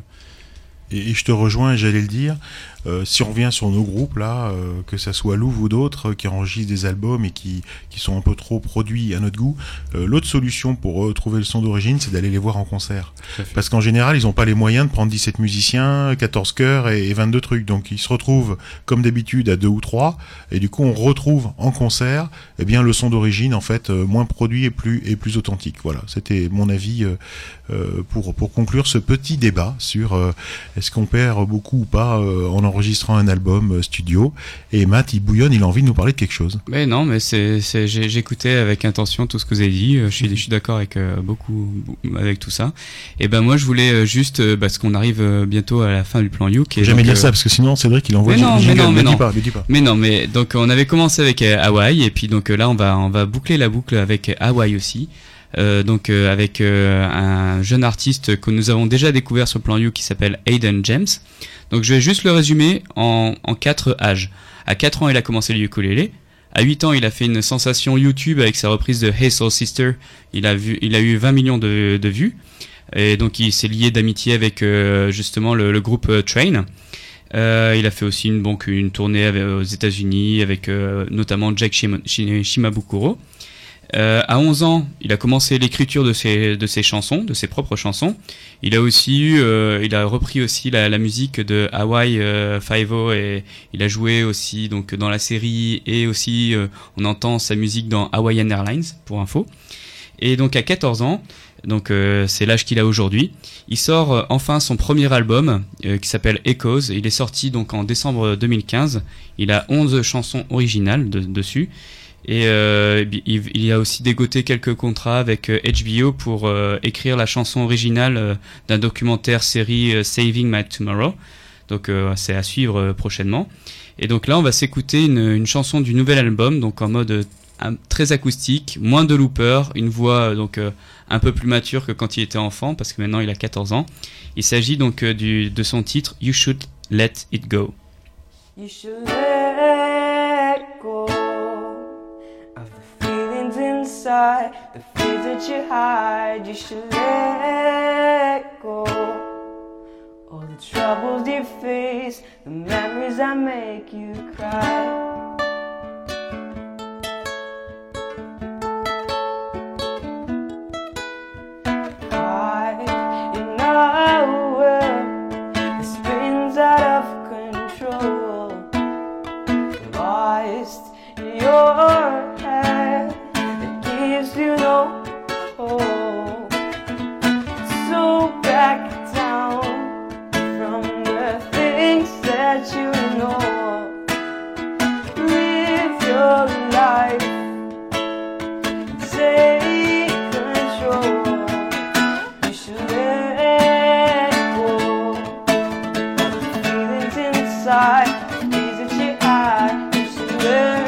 Et, et je te rejoins, j'allais le dire. Euh, si on revient sur nos groupes là, euh, que ça soit Louvre ou d'autres euh, qui enregistrent des albums et qui, qui sont un peu trop produits à notre goût, euh, l'autre solution pour retrouver le son d'origine, c'est d'aller les voir en concert. Parce qu'en général, ils n'ont pas les moyens de prendre dix-sept musiciens, quatorze chœurs et, et vingt-deux trucs. Donc ils se retrouvent comme d'habitude à deux ou trois, et du coup on retrouve en concert eh bien, le son d'origine en fait euh, moins produit et plus, et plus authentique. Voilà, c'était mon avis euh, euh, pour, pour conclure ce petit débat sur euh, est-ce qu'on perd beaucoup ou pas euh, en enregistrant un album studio. Et Matt, il bouillonne, il a envie de nous parler de quelque chose. Mais non, mais c'est, c'est j'ai, j'écoutais avec intention tout ce que vous avez dit. Je suis, je suis d'accord avec euh, beaucoup, avec tout ça. Et ben moi, je voulais euh, juste, euh, parce qu'on arrive euh, bientôt à la fin du plan Youk. Jamais donc, dire euh... ça, parce que sinon Cédric, il envoie mais non, du mais non, mais ne non. dis pas, ne dis pas. Mais non, mais donc on avait commencé avec euh, Hawaï, et puis donc euh, là on va, on va boucler la boucle avec Hawaï aussi. Euh, donc euh, avec euh, un jeune artiste que nous avons déjà découvert sur le plan You qui s'appelle Hayden James. Donc je vais juste le résumer en, en quatre âges. À quatre ans, il a commencé le ukulélé. À huit ans, il a fait une sensation YouTube avec sa reprise de Hey Soul Sister. Il a vu, il a eu vingt millions de, de vues. Et donc il s'est lié d'amitié avec euh, justement le, le groupe euh, Train. Euh, il a fait aussi une, donc, une tournée avec, aux États-Unis avec euh, notamment Jack Shima, Shimabukuro. Euh, à onze ans, il a commencé l'écriture de ses, de ses chansons, de ses propres chansons. Il a aussi eu, euh, il a repris aussi la, la musique de Hawaii euh, Five-O et il a joué aussi donc dans la série et aussi euh, on entend sa musique dans Hawaiian Airlines pour info. Et donc à quatorze ans, donc euh, c'est l'âge qu'il a aujourd'hui, il sort euh, enfin son premier album euh, qui s'appelle Echoes. Il est sorti donc en décembre deux mille quinze. Il a onze chansons originales de, dessus. Et euh, il, il a aussi dégoté quelques contrats avec euh, H B O pour euh, écrire la chanson originale euh, d'un documentaire série euh, Saving My Tomorrow. Donc euh, c'est à suivre euh, prochainement. Et donc là on va s'écouter une, une chanson du nouvel album, donc en mode un, très acoustique, moins de looper, une voix euh, donc euh, un peu plus mature que quand il était enfant, parce que maintenant il a quatorze ans. Il s'agit donc euh, du, de son titre You Should Let It Go. You should let go of the feelings inside, the fears that you hide. You should let go all the troubles you face, the memories that make you cry. Your head that gives you no hope. So back down from the things that you know. Live your life, take control. You should let go of the feelings inside, the things that you hide. You should let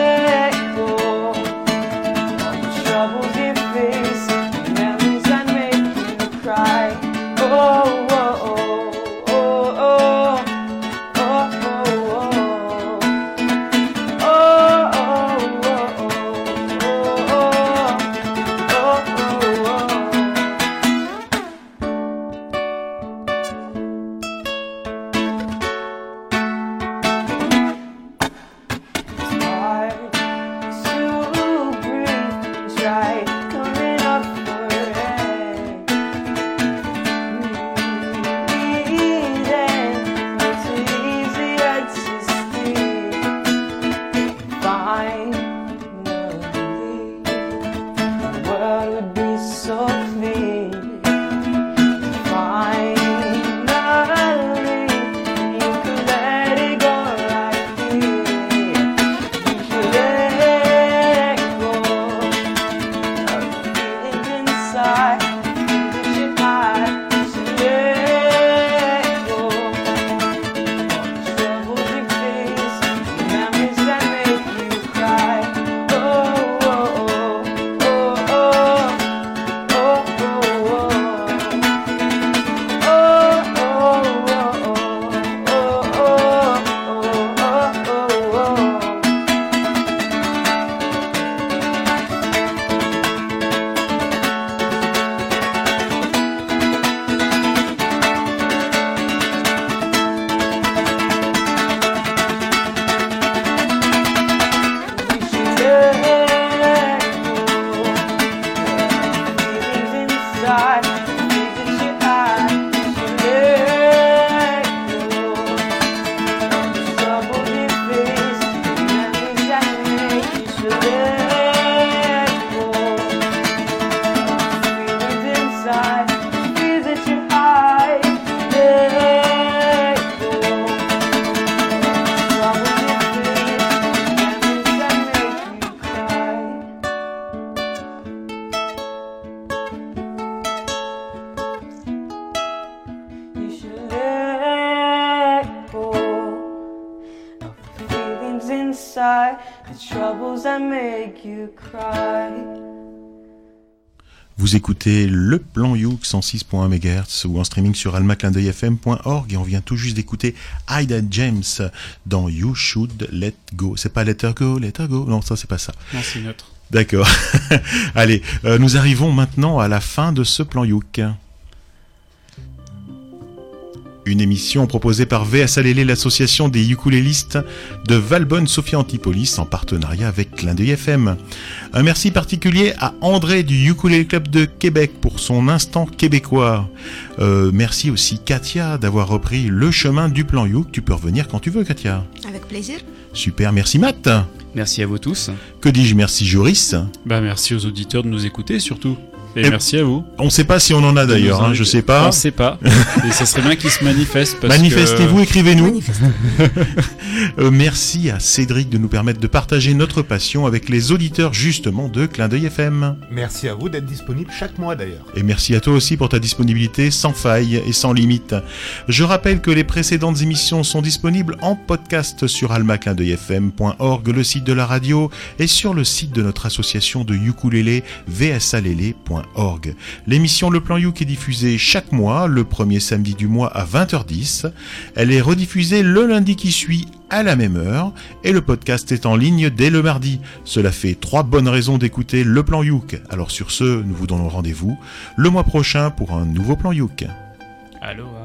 Vous écoutez le plan Youk cent six point un mégahertz ou en streaming sur alma clin d'œil f m point org et on vient tout juste d'écouter Ida James dans You Should Let Go. C'est pas Let Her Go, Let Her Go. Non, ça c'est pas ça. Non, c'est neutre. D'accord. Allez, euh, nous arrivons maintenant à la fin de ce plan Youk. Une émission proposée par V S L L, l'association des ukulélistes de Valbonne Sophia Antipolis en partenariat avec Clin d'œil F M. Un merci particulier à André du Ukulele Club de Québec pour son instant québécois. Euh, merci aussi Katia d'avoir repris le chemin du plan Youk. Tu peux revenir quand tu veux, Katia. Avec plaisir. Super, merci Matt. Merci à vous tous. Que dis-je, merci Joris. Bah merci aux auditeurs de nous écouter surtout. Et, Et merci à vous. On sait pas si on en a d'ailleurs, hein, je sais pas. On sait pas. Et ça serait bien qu'ils se manifestent. Parce Manifestez-vous, que... écrivez-nous. euh, merci à Cédric de nous permettre de partager notre passion avec les auditeurs justement de Clin d'œil F M. Merci à vous d'être disponible chaque mois d'ailleurs. Et merci à toi aussi pour ta disponibilité sans faille et sans limite. Je rappelle que les précédentes émissions sont disponibles en podcast sur alma clin d'œil f m point org, le site de la radio, et sur le site de notre association de ukulélé v s a lélé point org. L'émission Le Plan Youk est diffusée chaque mois, le premier samedi du mois à vingt heures dix. Elle est rediffusée le lundi qui suit à la même heure, et le podcast est en ligne dès le mardi. Cela fait trois bonnes raisons d'écouter Le Plan Youk. Alors sur ce, nous vous donnons rendez-vous le mois prochain pour un nouveau Plan Youk. Aloha.